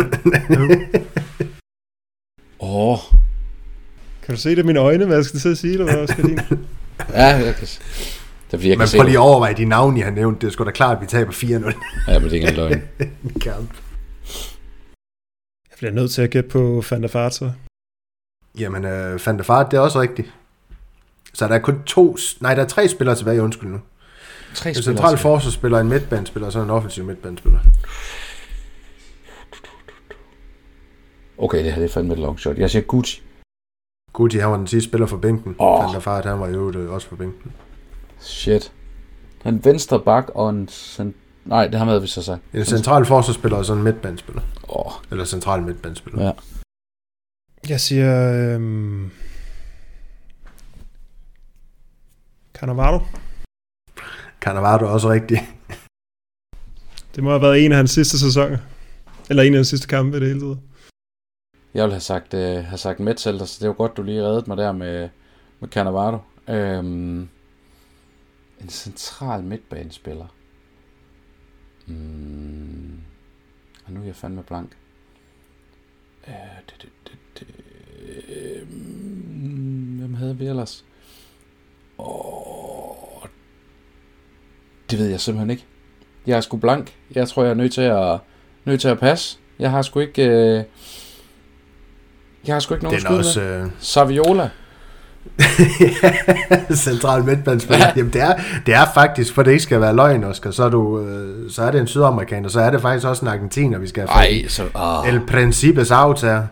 Kan du se det i mine øjne, hvad jeg skal til at sige, eller hvad skal din? Ja, jeg kan se. Det er, fordi jeg men prøv lige at overveje de navne, jeg har nævnt. Det er sgu da klart, at vi taber 4-0. Ja, men det er ikke en løgn. Kamp. Jeg bliver nødt til at gætte på Van der Vaart, så. Jamen, Van der Vaart, det er også rigtigt. Så der er kun 3 spillere tilbage, undskyld nu. 3 en spillere. central forsvarsspiller, en midtbanespiller, og så en offensiv midtbanespiller. Okay, det her det er fandme et long shot. Jeg siger Gucci. Gucci, han var den sidste spiller for bænken. Van der Vaart, han var jo også for bænken. Shit. En venstre bak og en... Nej, det har med vi så sagt. En central forsvarsspiller og så en midtbanespiller. Eller central midtbanespiller. Ja. Jeg siger... Cannavaro. Cannavaro er også rigtigt. Det må have været en af hans sidste sæsoner. Eller en af hans sidste kampe i det hele taget. Jeg ville have sagt Metzelder, så det var godt, du lige reddede mig der med Cannavaro. En central midtbanespiller. Og nu er jeg fandme blank. Hvem havde vi ellers? Det ved jeg simpelthen ikke. Jeg er sgu blank. Jeg tror, jeg er nødt til at passe. Jeg har sgu ikke nogen skud med. Saviola. Central midtbanespiller. Jamen det er faktisk, for det ikke skal være løgn, Oscar, så er det en sydamerikaner, så er det faktisk også en argentiner, vi skal have fat. El Principe Sauter.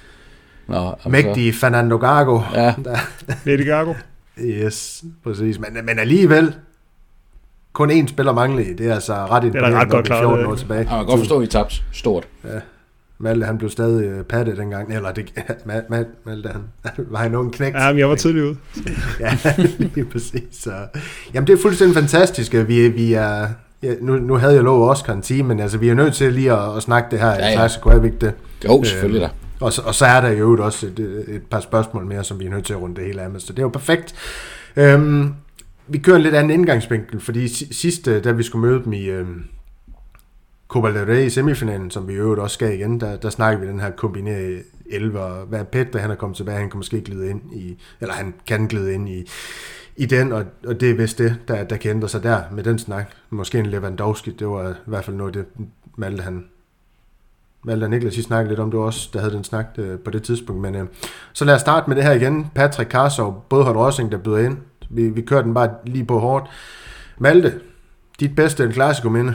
Mægtig Fernando Gago. Ja. Lady Gago. Yes, præcis. Men alligevel kun én spiller mangler i. Det er altså ret imponerende, ret godt 14 år tilbage. Ja, man kan godt forstå, at I tabte stort. Ja. Malte, han blev stadig pattet dengang. Eller det, Malte, han var han nogen knægt. Ja, men jeg var tidlig ude. Ja, lige præcis. Så. Jamen, det er fuldstændig fantastisk. Vi er... Ja, nu havde jeg lovet Oscar en time, men altså, vi er nødt til lige at snakke det her. Ja. Så er det. Jo, selvfølgelig da. Og så er der jo også et par spørgsmål mere, som vi er nødt til at runde det hele af med. Så det er jo perfekt. Vi kører en lidt anden indgangsvinkel, fordi sidste, da vi skulle møde dem i Copa del Rey i semifinalen, som vi i øvrigt også skal igen, der snakker vi den her kombineret 11, og hvad Petter, han er kommet tilbage, han kan måske glide ind i, eller han kan glide ind i den, og det er vist det, der kan ændre sig der med den snak. Måske en Lewandowski, det var i hvert fald noget, det Malte og Niklas, I snakkede lidt om, det var også, der havde den snak på det tidspunkt, men så lad os starte med det her igen. Patrick Karsov, både Hold Rossing, der byder ind. Vi kører den bare lige på hårdt. Malte, dit bedste El Clasico-minde?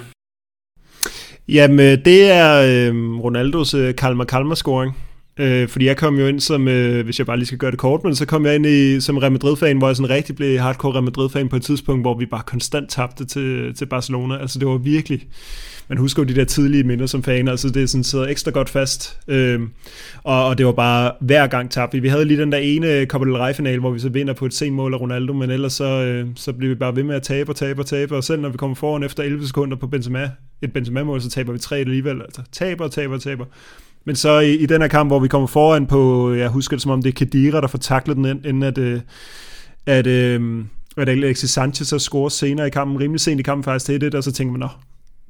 Jamen, det er Ronaldos Kalmar-scoring. Fordi jeg kom jo ind som, hvis jeg bare lige skal gøre det kort, men så kom jeg ind som Real Madrid-fan, hvor jeg sådan rigtig blev hardcore Real Madrid-fan på et tidspunkt, hvor vi bare konstant tabte til Barcelona. Altså det var virkelig, man husker jo de der tidlige minder som fan, altså det sådan sidder ekstra godt fast. Og det var bare hver gang tabte vi. Vi havde lige den der ene Copa del Rey-finale, hvor vi så vinder på et sent mål af Ronaldo, men ellers så blev vi bare ved med at tabe, og selv når vi kommer foran efter 11 sekunder på et Benzema-mål, så taber vi 3 alligevel. Altså taber. Men så i den her kamp, hvor vi kommer foran på, jeg husker det som om det er Khedira, der får taklet den ind, inden at Alexis Sanchez så scorer senere i kampen, rimelig sent i kampen faktisk til det, og så tænker man,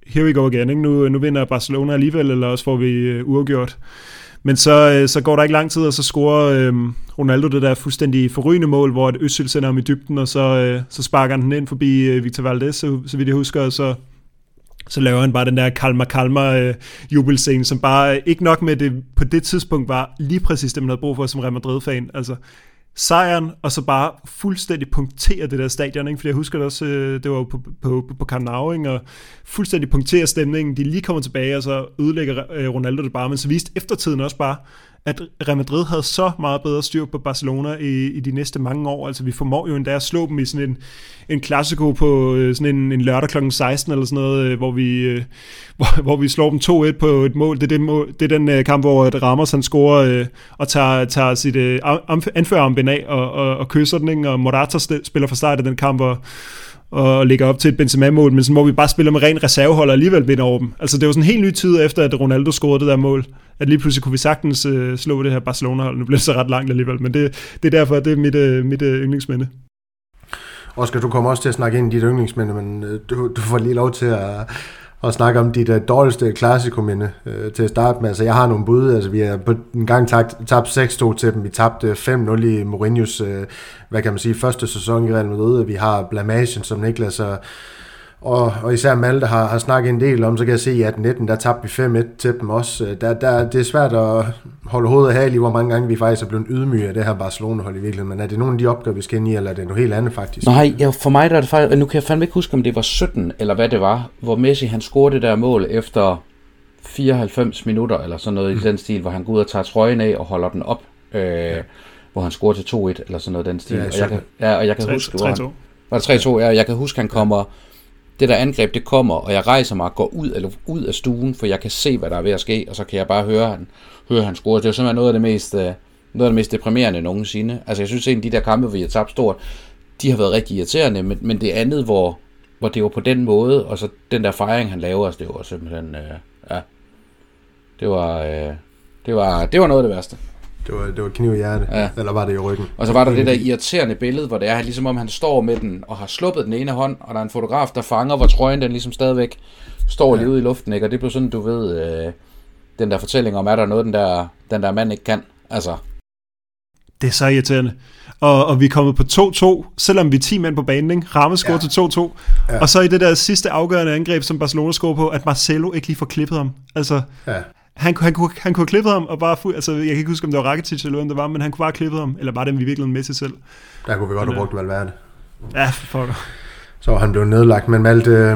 here we go again, ikke? Nu vinder Barcelona alligevel, eller også får vi uafgjort. Men så går der ikke lang tid, og så scorer Ronaldo det der fuldstændig forrygende mål, hvor et Özil sender ham i dybden, og så sparker han den ind forbi Victor Valdés, så vidt jeg husker, og så laver han bare den der kalma jubelscene, som bare ikke nok med det på det tidspunkt var lige præcis det, man havde brug for som Real Madrid-fan. Altså sejren, og så bare fuldstændig punktere det der stadion, ikke? Fordi jeg husker det også, det var på Camp Nou, ikke? Og fuldstændig punktere stemningen. De lige kommer tilbage, og så ødelægger Ronaldo det bare, men så viste eftertiden også bare, at Real Madrid havde så meget bedre styr på Barcelona i de næste mange år. Altså vi formår jo endda at slå dem i sådan en klassiko på sådan en lørdag kl. 16 eller sådan noget, hvor vi slår dem 2-1 på et mål. Det er den kamp, hvor Ramos han scorer og tager sit anførerarmbånd af og kysser den, ikke? Og Morata spiller fra start af den kamp og lægger op til et Benzema-mål, men sådan, hvor vi bare spiller med ren reservehold og alligevel vinder over dem. Altså det var sådan en helt ny tid efter, at Ronaldo scorede det der mål, at lige pludselig kunne vi sagtens slå det her Barcelona-hold. Nu blev det så ret langt alligevel, men det er derfor, det er mit yndlingsminde. Oscar, du kommer også til at snakke ind i dit yndlingsminde, men du får lige lov til at snakke om dit dårligste klassikominde til at starte med. Altså, jeg har nogle bud. Altså, vi har på en gang tabt 6-2 til dem. Vi tabte 5-0 i Mourinhos, hvad kan man sige, første sæson i Real Madrid. Vi har blamagen, som Niklas og især Malte har snakket en del om. Så kan jeg se, at i 18-19, der tabte vi 5-1 til dem også. Det er svært at holde hovedet af, hvor mange gange vi faktisk er blevet ydmyge af det her Barcelona-hold i virkeligheden. Men er det nogle af de opgaver, vi skal ind i, eller er det noget helt andet faktisk? Nej, for mig der er det faktisk, nu kan jeg fandme ikke huske, om det var 17 eller hvad det var, hvor Messi han scorede det der mål efter 94 minutter eller sådan noget i den stil, hvor han går ud og tager trøjen af og holder den op, hvor han scorer til 2-1 eller sådan noget den stil. Og jeg kan huske, var det 3-2? Ja, jeg kan huske, han kommer. Det der angreb, det kommer, og jeg rejser mig og går ud af stuen, for jeg kan se, hvad der er ved at ske, og så kan jeg bare høre han score. Det er simpelthen noget af det mest deprimerende nogensinde. Altså jeg synes egentlig, de der kampe, hvor vi har tabt stort, de har været rigtig irriterende, men det andet, hvor det var på den måde, og så den der fejring, han laver, altså, det var simpelthen, det var noget af det værste. Det var kniv i hjertet, eller var det i ryggen? Og så var der det der irriterende billede, hvor det er ligesom om han står med den og har sluppet den ene hånd, og der er en fotograf, der fanger, hvor trøjen den ligesom stadigvæk står lige ude i luften, ikke? Og det blev sådan, du ved, den der fortælling om, er der noget, den der mand ikke kan. Altså. Det er så irriterende. Og vi er kommet på 2-2, selvom vi er 10 mand på banen, ikke? Ramos scorer til 2-2. Ja. Og så i det der sidste afgørende angreb, som Barcelona scorer på, at Marcelo ikke lige får klippet ham. Altså. Ja. Han kunne have klippet ham, og bare altså jeg kan ikke huske, om det var Rakitic eller hvem det var, men han kunne bare klippet ham, eller bare dem, vi virkelig med til selv. Der kunne vi godt have brugt Valverde. Ja, fucker. Så han blev nedlagt, men Malte,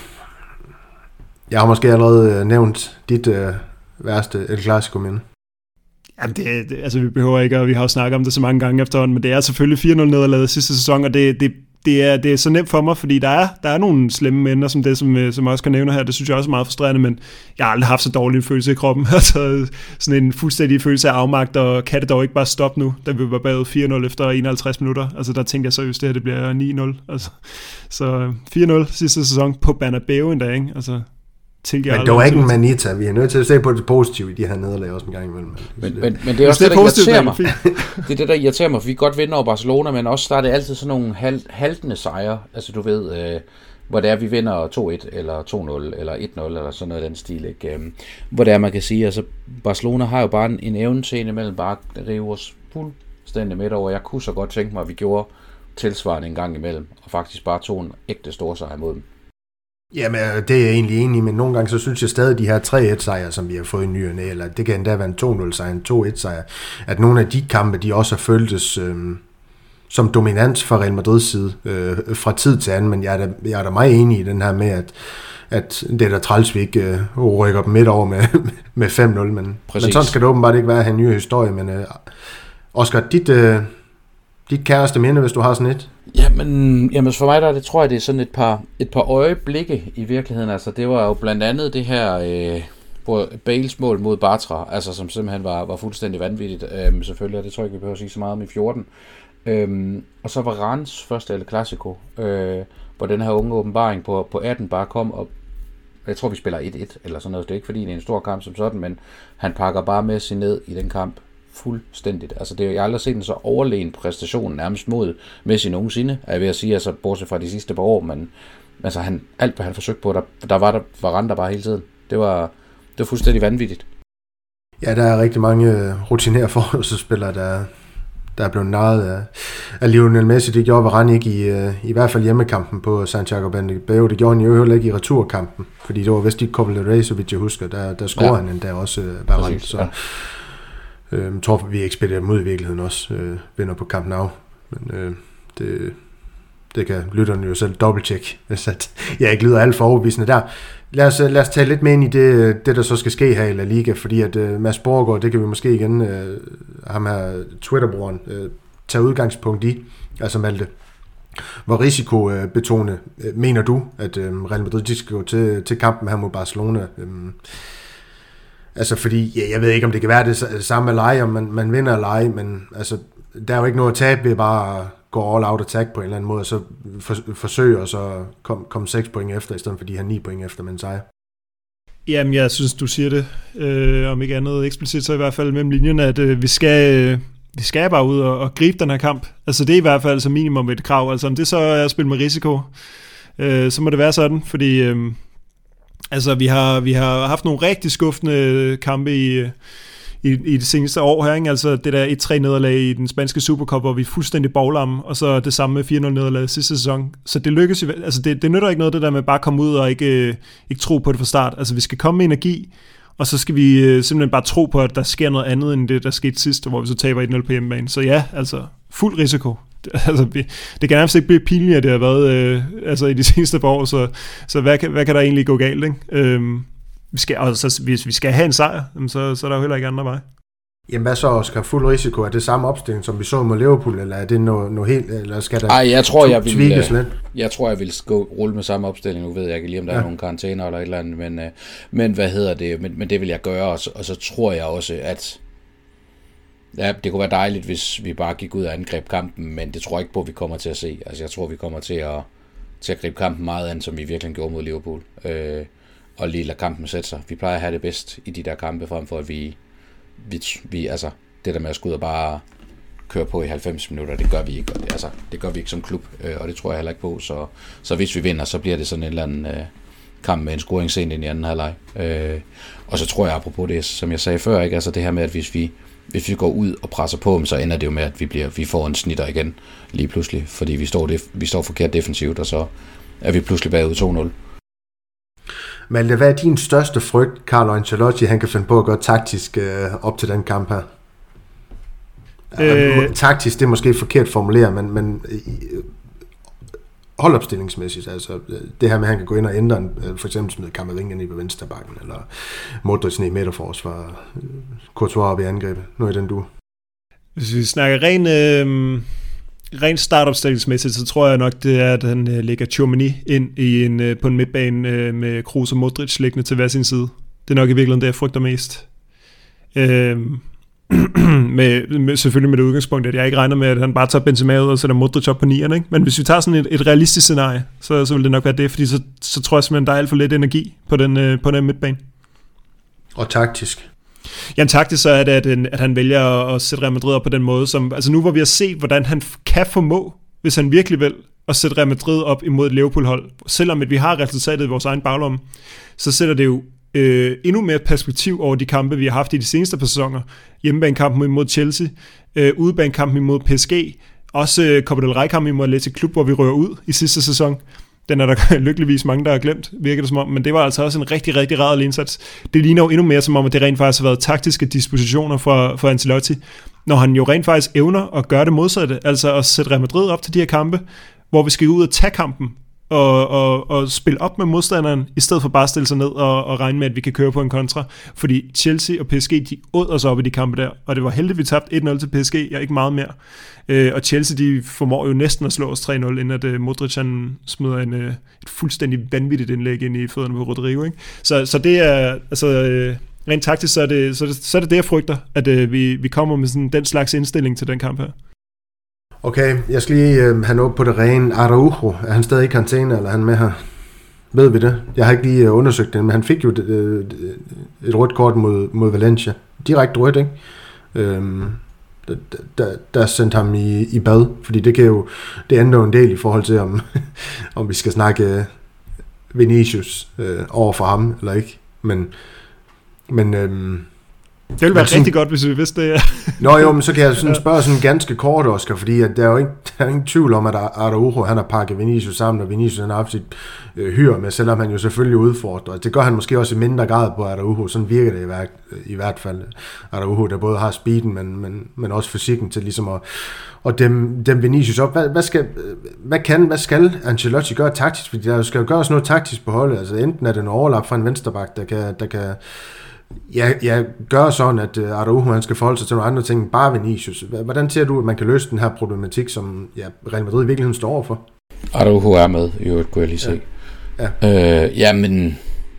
jeg har måske allerede nævnt dit værste El Clasico-minde. Jamen altså vi behøver ikke, og vi har jo snakket om det så mange gange efterhånden, men det er selvfølgelig 4-0 nederlaget sidste sæson, og det er så nemt for mig, fordi der er nogle slemme minder, som det, som også kan nævne her. Det synes jeg også er meget frustrerende, men jeg har aldrig haft så dårlig en følelse i kroppen. Altså sådan en fuldstændig følelse af afmagt, og kan det dog ikke bare stoppe nu, da vi var bagud 4-0 efter 51 minutter. Altså der tænkte jeg seriøst, det her det bliver 9-0. Altså, så 4-0 sidste sæson på Bernabeu endda, ikke? Altså, men det var ikke en manita. Vi er nødt til at se på det positive i de her nederlag også en gang imellem. Men det er også det, der irriterer mig. Det er det, der irriterer mig, for vi godt vinder over Barcelona, men også der er det altid sådan nogle haltende sejre. Altså du ved, hvor det er, vi vinder 2-1, eller 2-0, eller 1-0, eller sådan noget af den stil. Ikke? Hvor det er, man kan sige, altså Barcelona har jo bare en evne til imellem bare at rive os fuldstændig midt over. Jeg kunne så godt tænke mig, at vi gjorde tilsvarende en gang imellem, og faktisk bare tog en ægte stor sejr mod dem. Jamen, det er jeg egentlig enig i, men nogle gange så synes jeg stadig, de her 3-1-sejre, som vi har fået i ny og næ, eller det kan endda være en 2-0-sejr, en 2-1-sejr, at nogle af de kampe, de også har føltes som dominans fra Real Madrids side fra tid til anden, men jeg er da meget enig i den her med, at det der træls, vi ikke rykker dem midt over med 5-0, men sådan skal det åbenbart ikke være at have en ny historie, men Oscar, dit kæreste minde, hvis du har sådan et? Jamen for mig der, det tror jeg, det er sådan et par øjeblikke i virkeligheden. Altså det var jo blandt andet det her Bales mål mod Bartra, altså som simpelthen var fuldstændig vanvittigt, selvfølgelig, og det tror jeg ikke, vi behøver at sige så meget om i 14. Og så var Rans første El Clasico, hvor den her unge åbenbaring på 18 bare kom op. Jeg tror, vi spiller 1-1 eller sådan noget. Det er ikke fordi, det er en stor kamp som sådan, men han pakker bare Messi ned i den kamp fuldstændigt. Altså jeg har aldrig set en så overlegen præstation nærmest mod Messi nogensinde, er jeg ved at sige, altså bortset fra de sidste par år, altså alt hvad han forsøgte på, der var Varane der bare hele tiden. Det var fuldstændig vanvittigt. Ja, der er rigtig mange rutinerede forsvarsspillere, der er blevet narret af Lionel Messi. Det gjorde Varane ikke i hvert fald hjemmekampen på Santiago Bernabeu. Det gjorde han jo heller ikke i returkampen, fordi det var vist ikke Copa del Rey, så vidt jeg husker. Der scorede han endda også Varane. Så tror vi ikke spiller dem ud i virkeligheden også vinder på Camp Nou. Men det kan lytterne jo selv dobbelttjekke, hvis jeg ikke lyder alt for overbevisende der. Lad os tage lidt med ind i det der så skal ske her i La Liga, fordi at Mads Borregaard, det kan vi måske igen, ham her Twitter-brugeren, tage udgangspunkt i, altså Malte. Hvor risikobetonet mener du, at Real Madrid skal gå til kampen her mod Barcelona? Altså fordi, jeg ved ikke, om det kan være det samme at lege, om man vinder eller ej, men altså, der er jo ikke noget at tabe ved bare gå all out attack på en eller anden måde, og så forsøge og så komme 6 point efter, i stedet for de her 9 point efter med en sejr. Jamen, jeg synes, du siger det, om ikke andet eksplicit, så i hvert fald mellem linjerne, at vi skal bare ud og gribe den her kamp. Altså det er i hvert fald som minimum et krav. Altså om det så er at spille med risiko, så må det være sådan, fordi altså vi har haft nogle rigtig skuffende kampe i det seneste år her, ikke? Altså det der 1-3 nederlag i den spanske Supercup, hvor vi er fuldstændig boglamme, og så det samme med 4-0 nederlag sidste sæson. Så det lykkes jo, altså det nytter ikke noget det der med bare at komme ud og ikke tro på det fra start. Altså vi skal komme med energi, og så skal vi simpelthen bare tro på, at der sker noget andet end det, der skete sidst, hvor vi så taber 1-0 på hjemmebane. Så ja, altså fuld risiko. Altså, det kan nærmest ikke blive pinligt, at det har været altså i de seneste par år, så hvad kan der egentlig gå galt, ikke? Hvis vi skal have en sejr, så er der jo heller ikke andre vej. Jamen hvad så, Oscar? Fuld risiko? Er det samme opstilling, som vi så mod Liverpool, eller er det noget helt, eller skal der tvikkes lidt? Jeg tror, jeg vil rulle med samme opstilling. Nu ved jeg ikke lige, om der er nogle karantæner eller et eller andet, men hvad hedder det? Men det vil jeg gøre, og så tror jeg også, at ja, det kunne være dejligt, hvis vi bare gik ud og angreb kampen, men det tror jeg ikke på, at vi kommer til at se. Altså jeg tror, vi kommer til at gribe kampen meget an, som vi virkelig gjorde mod Liverpool. Og lige lade kampen sætte sig. Vi plejer at have det bedst i de der kampe, frem for at vi altså, det der med at skulle ud og bare køre på i 90 minutter, det gør vi ikke. Det gør vi ikke som klub, og det tror jeg heller ikke på. Så hvis vi vinder, så bliver det sådan en eller anden kamp med en scoring sent ind i anden halvleg. Og så tror jeg, apropos det, som jeg sagde før, ikke? Altså det her med, at hvis vi går ud og presser på dem, så ender det jo med, at vi får en snitter igen lige pludselig, fordi vi står forkert defensivt, og så er vi pludselig bagud 2-0. Malte, hvad er din største frygt, Carlo Ancelotti, han kan finde på at gøre taktisk op til den kamp her? Taktisk, det er måske forkert formuleret, men holdopstillingsmæssigt, altså det her med, at han kan gå ind og ændre, for eksempel smide Kammerringen i på venstrebakken, eller Modric i midterforsvar, Courtois op i angrebet, noget i den du. Hvis vi snakker rent startopstillingsmæssigt, så tror jeg nok, det er, at han lægger Tchouaméni ind på en midtbane med Kroos og Modric liggende til hver sin side. Det er nok i virkeligheden det, jeg frygter mest. Selvfølgelig med det udgangspunkt, at jeg ikke regner med, at han bare tager Benzema ud og sætter Modric op på 9'erne, ikke? Men hvis vi tager sådan et realistisk scenarie, så vil det nok være det, fordi så tror jeg simpelthen, der er alt for lidt energi på den midtbane. Og taktisk? Ja, taktisk så er det, at han vælger at sætte Real Madrid op på den måde, som, altså nu hvor vi har set, hvordan han kan formå, hvis han virkelig vil, at sætte Real Madrid op imod et Liverpool-hold, selvom at vi har resultatet i vores egen baglomme, så sætter det jo endnu mere perspektiv over de kampe, vi har haft i de seneste par sæsoner. Hjemmebanekampen imod Chelsea, udebanekampen imod PSG, også Copa del Rey-kampen imod Athletic Club, hvor vi rører ud i sidste sæson. Den er der lykkeligvis mange, der har glemt, virker det som om, men det var altså også en rigtig, rigtig rædderlig indsats. Det ligner jo endnu mere som om, at det rent faktisk har været taktiske dispositioner for Ancelotti, når han jo rent faktisk evner at gøre det modsatte, altså at sætte Real Madrid op til de her kampe, hvor vi skal ud og tage kampen, og spille op med modstanderen, i stedet for bare at stille sig ned og regne med, at vi kan køre på en kontra. Fordi Chelsea og PSG, de åd os op i de kampe der, og det var heldigt, vi tabte 1-0 til PSG, ikke meget mere. Og Chelsea, de formår jo næsten at slå os 3-0, inden at Modric han smider et fuldstændig vanvittigt indlæg ind i fødderne på Rodrigo, ikke? Så det er, altså rent taktisk, så er det, jeg frygter, at vi kommer med sådan den slags indstilling til den kamp her. Okay, jeg skal lige have noget på det rene. Araujo, er han stadig i karantæne, eller er han med her? Ved vi det? Jeg har ikke lige undersøgt det, men han fik jo et rødt kort mod Valencia. Direkte rødt, ikke? Der sendte ham i bad, fordi det kan jo, det ændrer jo en del i forhold til, om vi skal snakke Vinicius over for ham, eller ikke. Men det ville være rigtig godt, hvis vi vidste det. Nå jo, men så kan jeg sådan spørge sådan ganske kort, Oscar, fordi at der er jo ingen tvivl om, at Araujo, han har pakket Vinicius sammen, og Vinicius han har haft sit hyr med, selvom han jo selvfølgelig udfordrer. Det gør han måske også i mindre grad på Araujo, sådan virker det i hvert fald. Araujo, der både har speeden, men også fysikken til ligesom at dem Vinicius op. Hvad skal Ancelotti gøre taktisk? Fordi der skal jo gøres noget taktisk på holdet. Altså enten er det en overlap fra en vensterbak, der kan jeg gør sådan, at Araujo han skal forholde sig til nogle andre ting, bare Vinicius. Hvordan ser du, at man kan løse den her problematik, som Real Madrid i virkeligheden står overfor? Araujo er med, i øvrigt, kunne jeg lige se. Ja. Men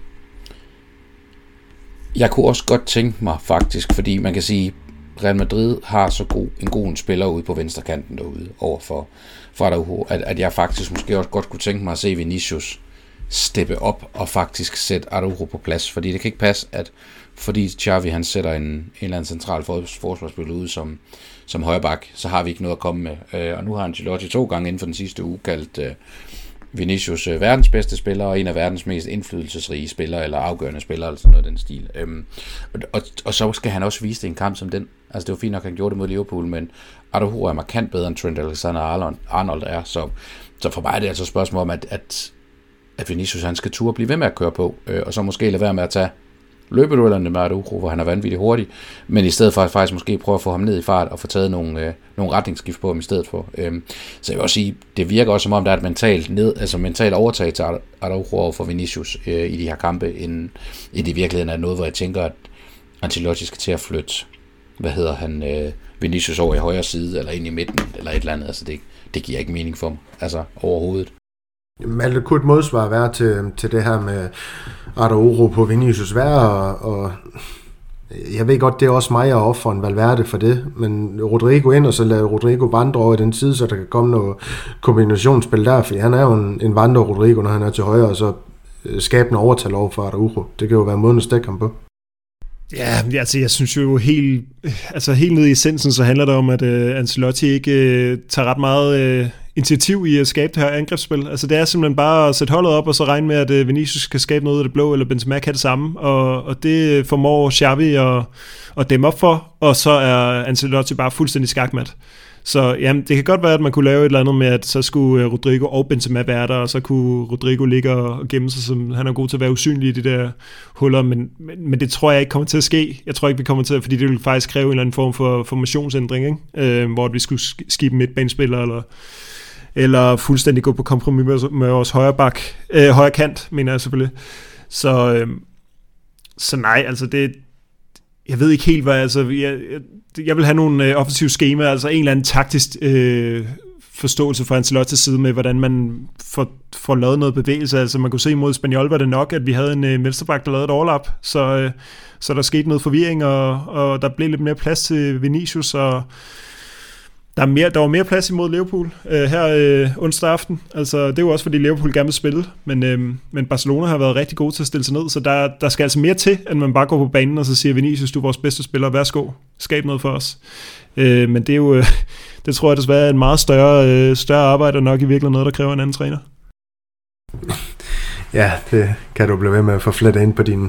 jeg kunne også godt tænke mig faktisk, fordi man kan sige, Real Madrid har så en god spiller ude på venstrekanten derude, overfor Araujo, at jeg faktisk måske også godt kunne tænke mig at se Vinicius steppe op og faktisk sætte Araujo på plads, fordi det kan ikke passe, at fordi Xavi han sætter en eller anden central forsvarsspiller ud som højreback, så har vi ikke noget at komme med. Og nu har Ancelotti 2 gange inden for den sidste uge kaldt Vinicius verdens bedste spiller og en af verdens mest indflydelsesrige spillere eller afgørende spillere, eller sådan noget den stil. Og så skal han også vise det i en kamp som den. Altså det var fint nok, han gjorde det mod Liverpool, men Araujo er markant bedre end Trent Alexander-Arnold er, så for mig er det altså et spørgsmål om, at Vinicius han skal turde blive ved med at køre på, og så måske lade være med at tage løbeduellerne med Araujo, hvor han er vanvittigt hurtig, men i stedet for at faktisk måske prøve at få ham ned i fart og få taget nogle retningsskift på ham i stedet for. Så jeg vil også sige, det virker også som om, der er et mentalt overtag til Araujo over for Vinicius i de her kampe, end i virkeligheden er noget, hvor jeg tænker, at Ancelotti skal til at flytte, Vinicius over i højre side, eller ind i midten, eller et eller andet. Altså det giver ikke mening for mig, altså overhovedet. Malte, kunne et modsvar være til det her med Araujo på Vinicius være, og jeg ved godt, det er også mig og offer en Valverde for det, men Rodrigo ind, og så lade Rodrigo vandre over i den side, så der kan komme noget kombinationsspil der, fordi han er jo en vandre Rodrigo, når han er til højre, og så skabe en overtal over for Araujo. Det kan jo være måden at stikke ham på. Ja, altså jeg synes jo helt ned i essensen, så handler det om, at Ancelotti ikke tager ret meget initiativ i at skabe det her angrebsspil. Altså det er simpelthen bare at sætte holdet op, og så regne med, at Vinicius kan skabe noget af det blå, eller Benzema kan det samme, og det formår Xavi at dæmme op for, og så er Ancelotti bare fuldstændig skakmat. Så jamen, det kan godt være, at man kunne lave et eller andet med, at så skulle Rodrigo og Benzema være der, og så kunne Rodrigo ligge og gemme sig, som han er god til at være usynlig i de der huller, men det tror jeg ikke kommer til at ske. Jeg tror ikke, vi kommer til, fordi det vil faktisk kræve en eller anden form for formationsændring, ikke? Hvor vi skulle skibe midtbanespillere, eller fuldstændig gå på kompromis med vores højre kant, mener jeg selvfølgelig. Så nej, altså det... Jeg ved ikke helt, hvad... Altså, jeg vil have nogle offensive skemaer, altså en eller anden taktisk forståelse fra Ancelottis side med, hvordan man får lavet noget bevægelse. Altså man kunne se imod Espanyol var det nok, at vi havde en venstreback, der lavede et overlap, så der skete noget forvirring, og der blev lidt mere plads til Vinicius, og der var mere plads imod Liverpool her onsdag aften. Altså det er jo også, fordi Liverpool gerne vil spille, men Barcelona har været rigtig gode til at stille sig ned, så der skal altså mere til, end man bare går på banen, og så siger Vinicius, du er vores bedste spiller, værsgo, skab noget for os. Men det er jo, det tror jeg desværre er en meget større arbejde, og nok i virkeligheden noget, der kræver en anden træner. Ja, det kan du blive ved med at få flettet ind på din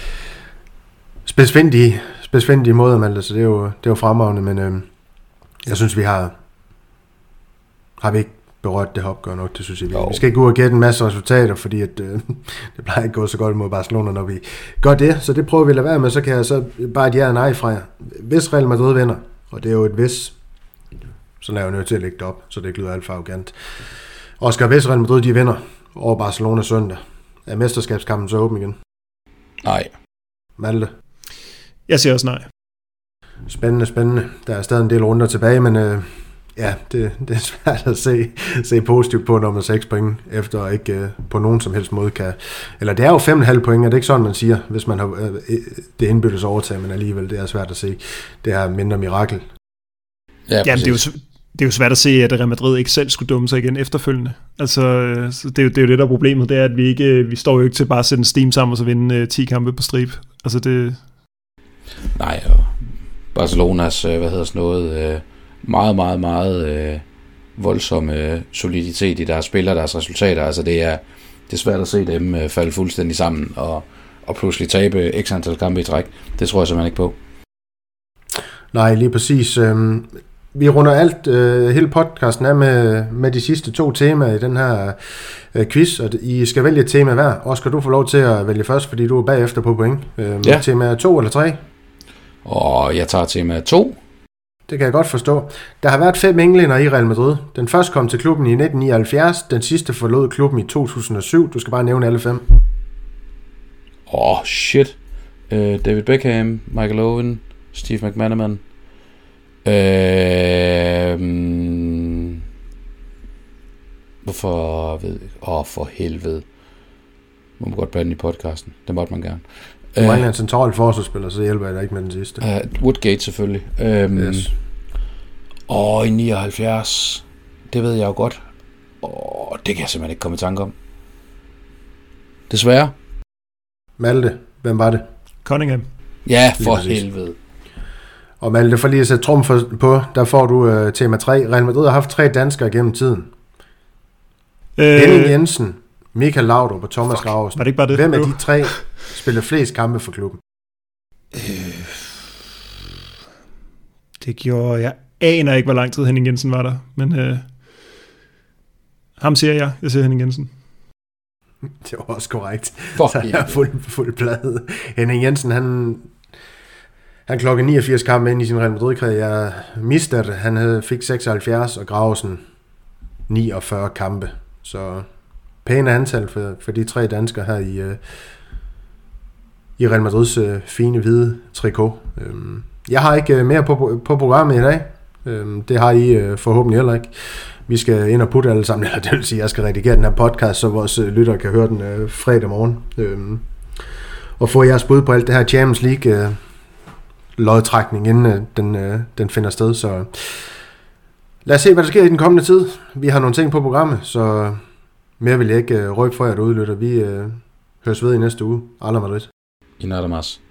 spidsfindige måde, Malte, så det er jo fremragende, men jeg synes, vi har vi ikke berørt det her opgør nok, det synes jeg. Vi skal ikke gå og gætte en masse resultater, fordi at, det plejer ikke gå så godt mod Barcelona, når vi gør det, så det prøver vi at lade være med, så kan jeg så bare et ja og nej fra jer. Hvis Real Madrid vinder, og det er jo et hvis, så er jeg jo nødt til at lægge det op, så det ikke lyder alt for arrogant. Oscar, hvis Real Madrid de vinder over Barcelona søndag, er mesterskabskampen så åben igen? Nej. Malte? Jeg siger også nej. Spændende. Der er stadig en del runder tilbage, men ja, det er svært at se positivt på, når man 6 point, efter ikke på nogen som helst måde kan... Eller det er jo 5,5 point, er det ikke sådan, man siger, hvis man har det indbyttes overtag, men alligevel, det er svært at se. Det er mindre mirakel. Ja, jamen, det er jo svært at se, at Real Madrid ikke selv skulle dumme sig igen efterfølgende. Altså, det er jo det, der er problemet, det er, at vi står jo ikke til bare at sætte en steam sammen og så vinde 10 kampe på stribe. Altså, det... Nej, og Barcelonas, meget, meget, meget voldsomme soliditet i deres spillere, deres resultater. Altså, det det er svært at se dem falde fuldstændig sammen og pludselig tabe x antal kampe i træk. Det tror jeg simpelthen ikke på. Nej, lige præcis. Vi runder alt, hele podcasten af med de sidste 2 temaer i den her quiz, og I skal vælge et tema hver. Oscar, du får lov til at vælge først, fordi du er bagefter på point. Ja. Tema 2 eller 3? Og jeg tager tema 2. Det kan jeg godt forstå. Der har været 5 englænder i Real Madrid. Den første kom til klubben i 1979, den sidste forlod klubben i 2007. Du skal bare nævne alle 5. Shit. David Beckham, Michael Owen, Steve McManaman. Hvorfor ved jeg? For helvede. Må man godt blande i podcasten. Det måtte man gerne. Du mangler en central forsvarsspiller, så hjælper jeg dig ikke med den sidste. Woodgate selvfølgelig. Yes. I 79. Det ved jeg jo godt. Det kan jeg simpelthen ikke komme i tanke om. Desværre. Malte, hvem var det? Cunningham. Ja, for helvede. Og Malte, for lige at sætte trum på, der får du tema 3. Real Madrid har haft 3 danskere gennem tiden. Henning Jensen, Michael Laudrup og Thomas Gravesen. Var det ikke bare det? Hvem af de 3 spiller flest kampe for klubben? Det gjorde jeg. Aner ikke, hvor lang tid Henning Jensen var der, men ham siger jeg. Jeg siger Henning Jensen. Det var også korrekt. Så jeg er fuld plade. Henning Jensen, han klokkede 89 kampe ind i sin Real Madrid-karriere. Mister, han fik 76, og Gravesen 49 kampe. Så pæne antal for de 3 danskere her i Real Madrids fine hvide trikot. Jeg har ikke mere på programmet i dag. Det har I forhåbentlig heller ikke. Vi skal ind og putte alle sammen, eller det vil sige, at jeg skal redigere den her podcast, så vores lyttere kan høre den fredag morgen. Og få jeres bud på alt det her Champions League lodtrækning, inden den finder sted. Så lad os se, hvad der sker i den kommende tid. Vi har nogle ting på programmet, så mere vil jeg ikke røbe for jer derude, lytter. Vi høres ved i næste uge. Alla Madrid. I nada más.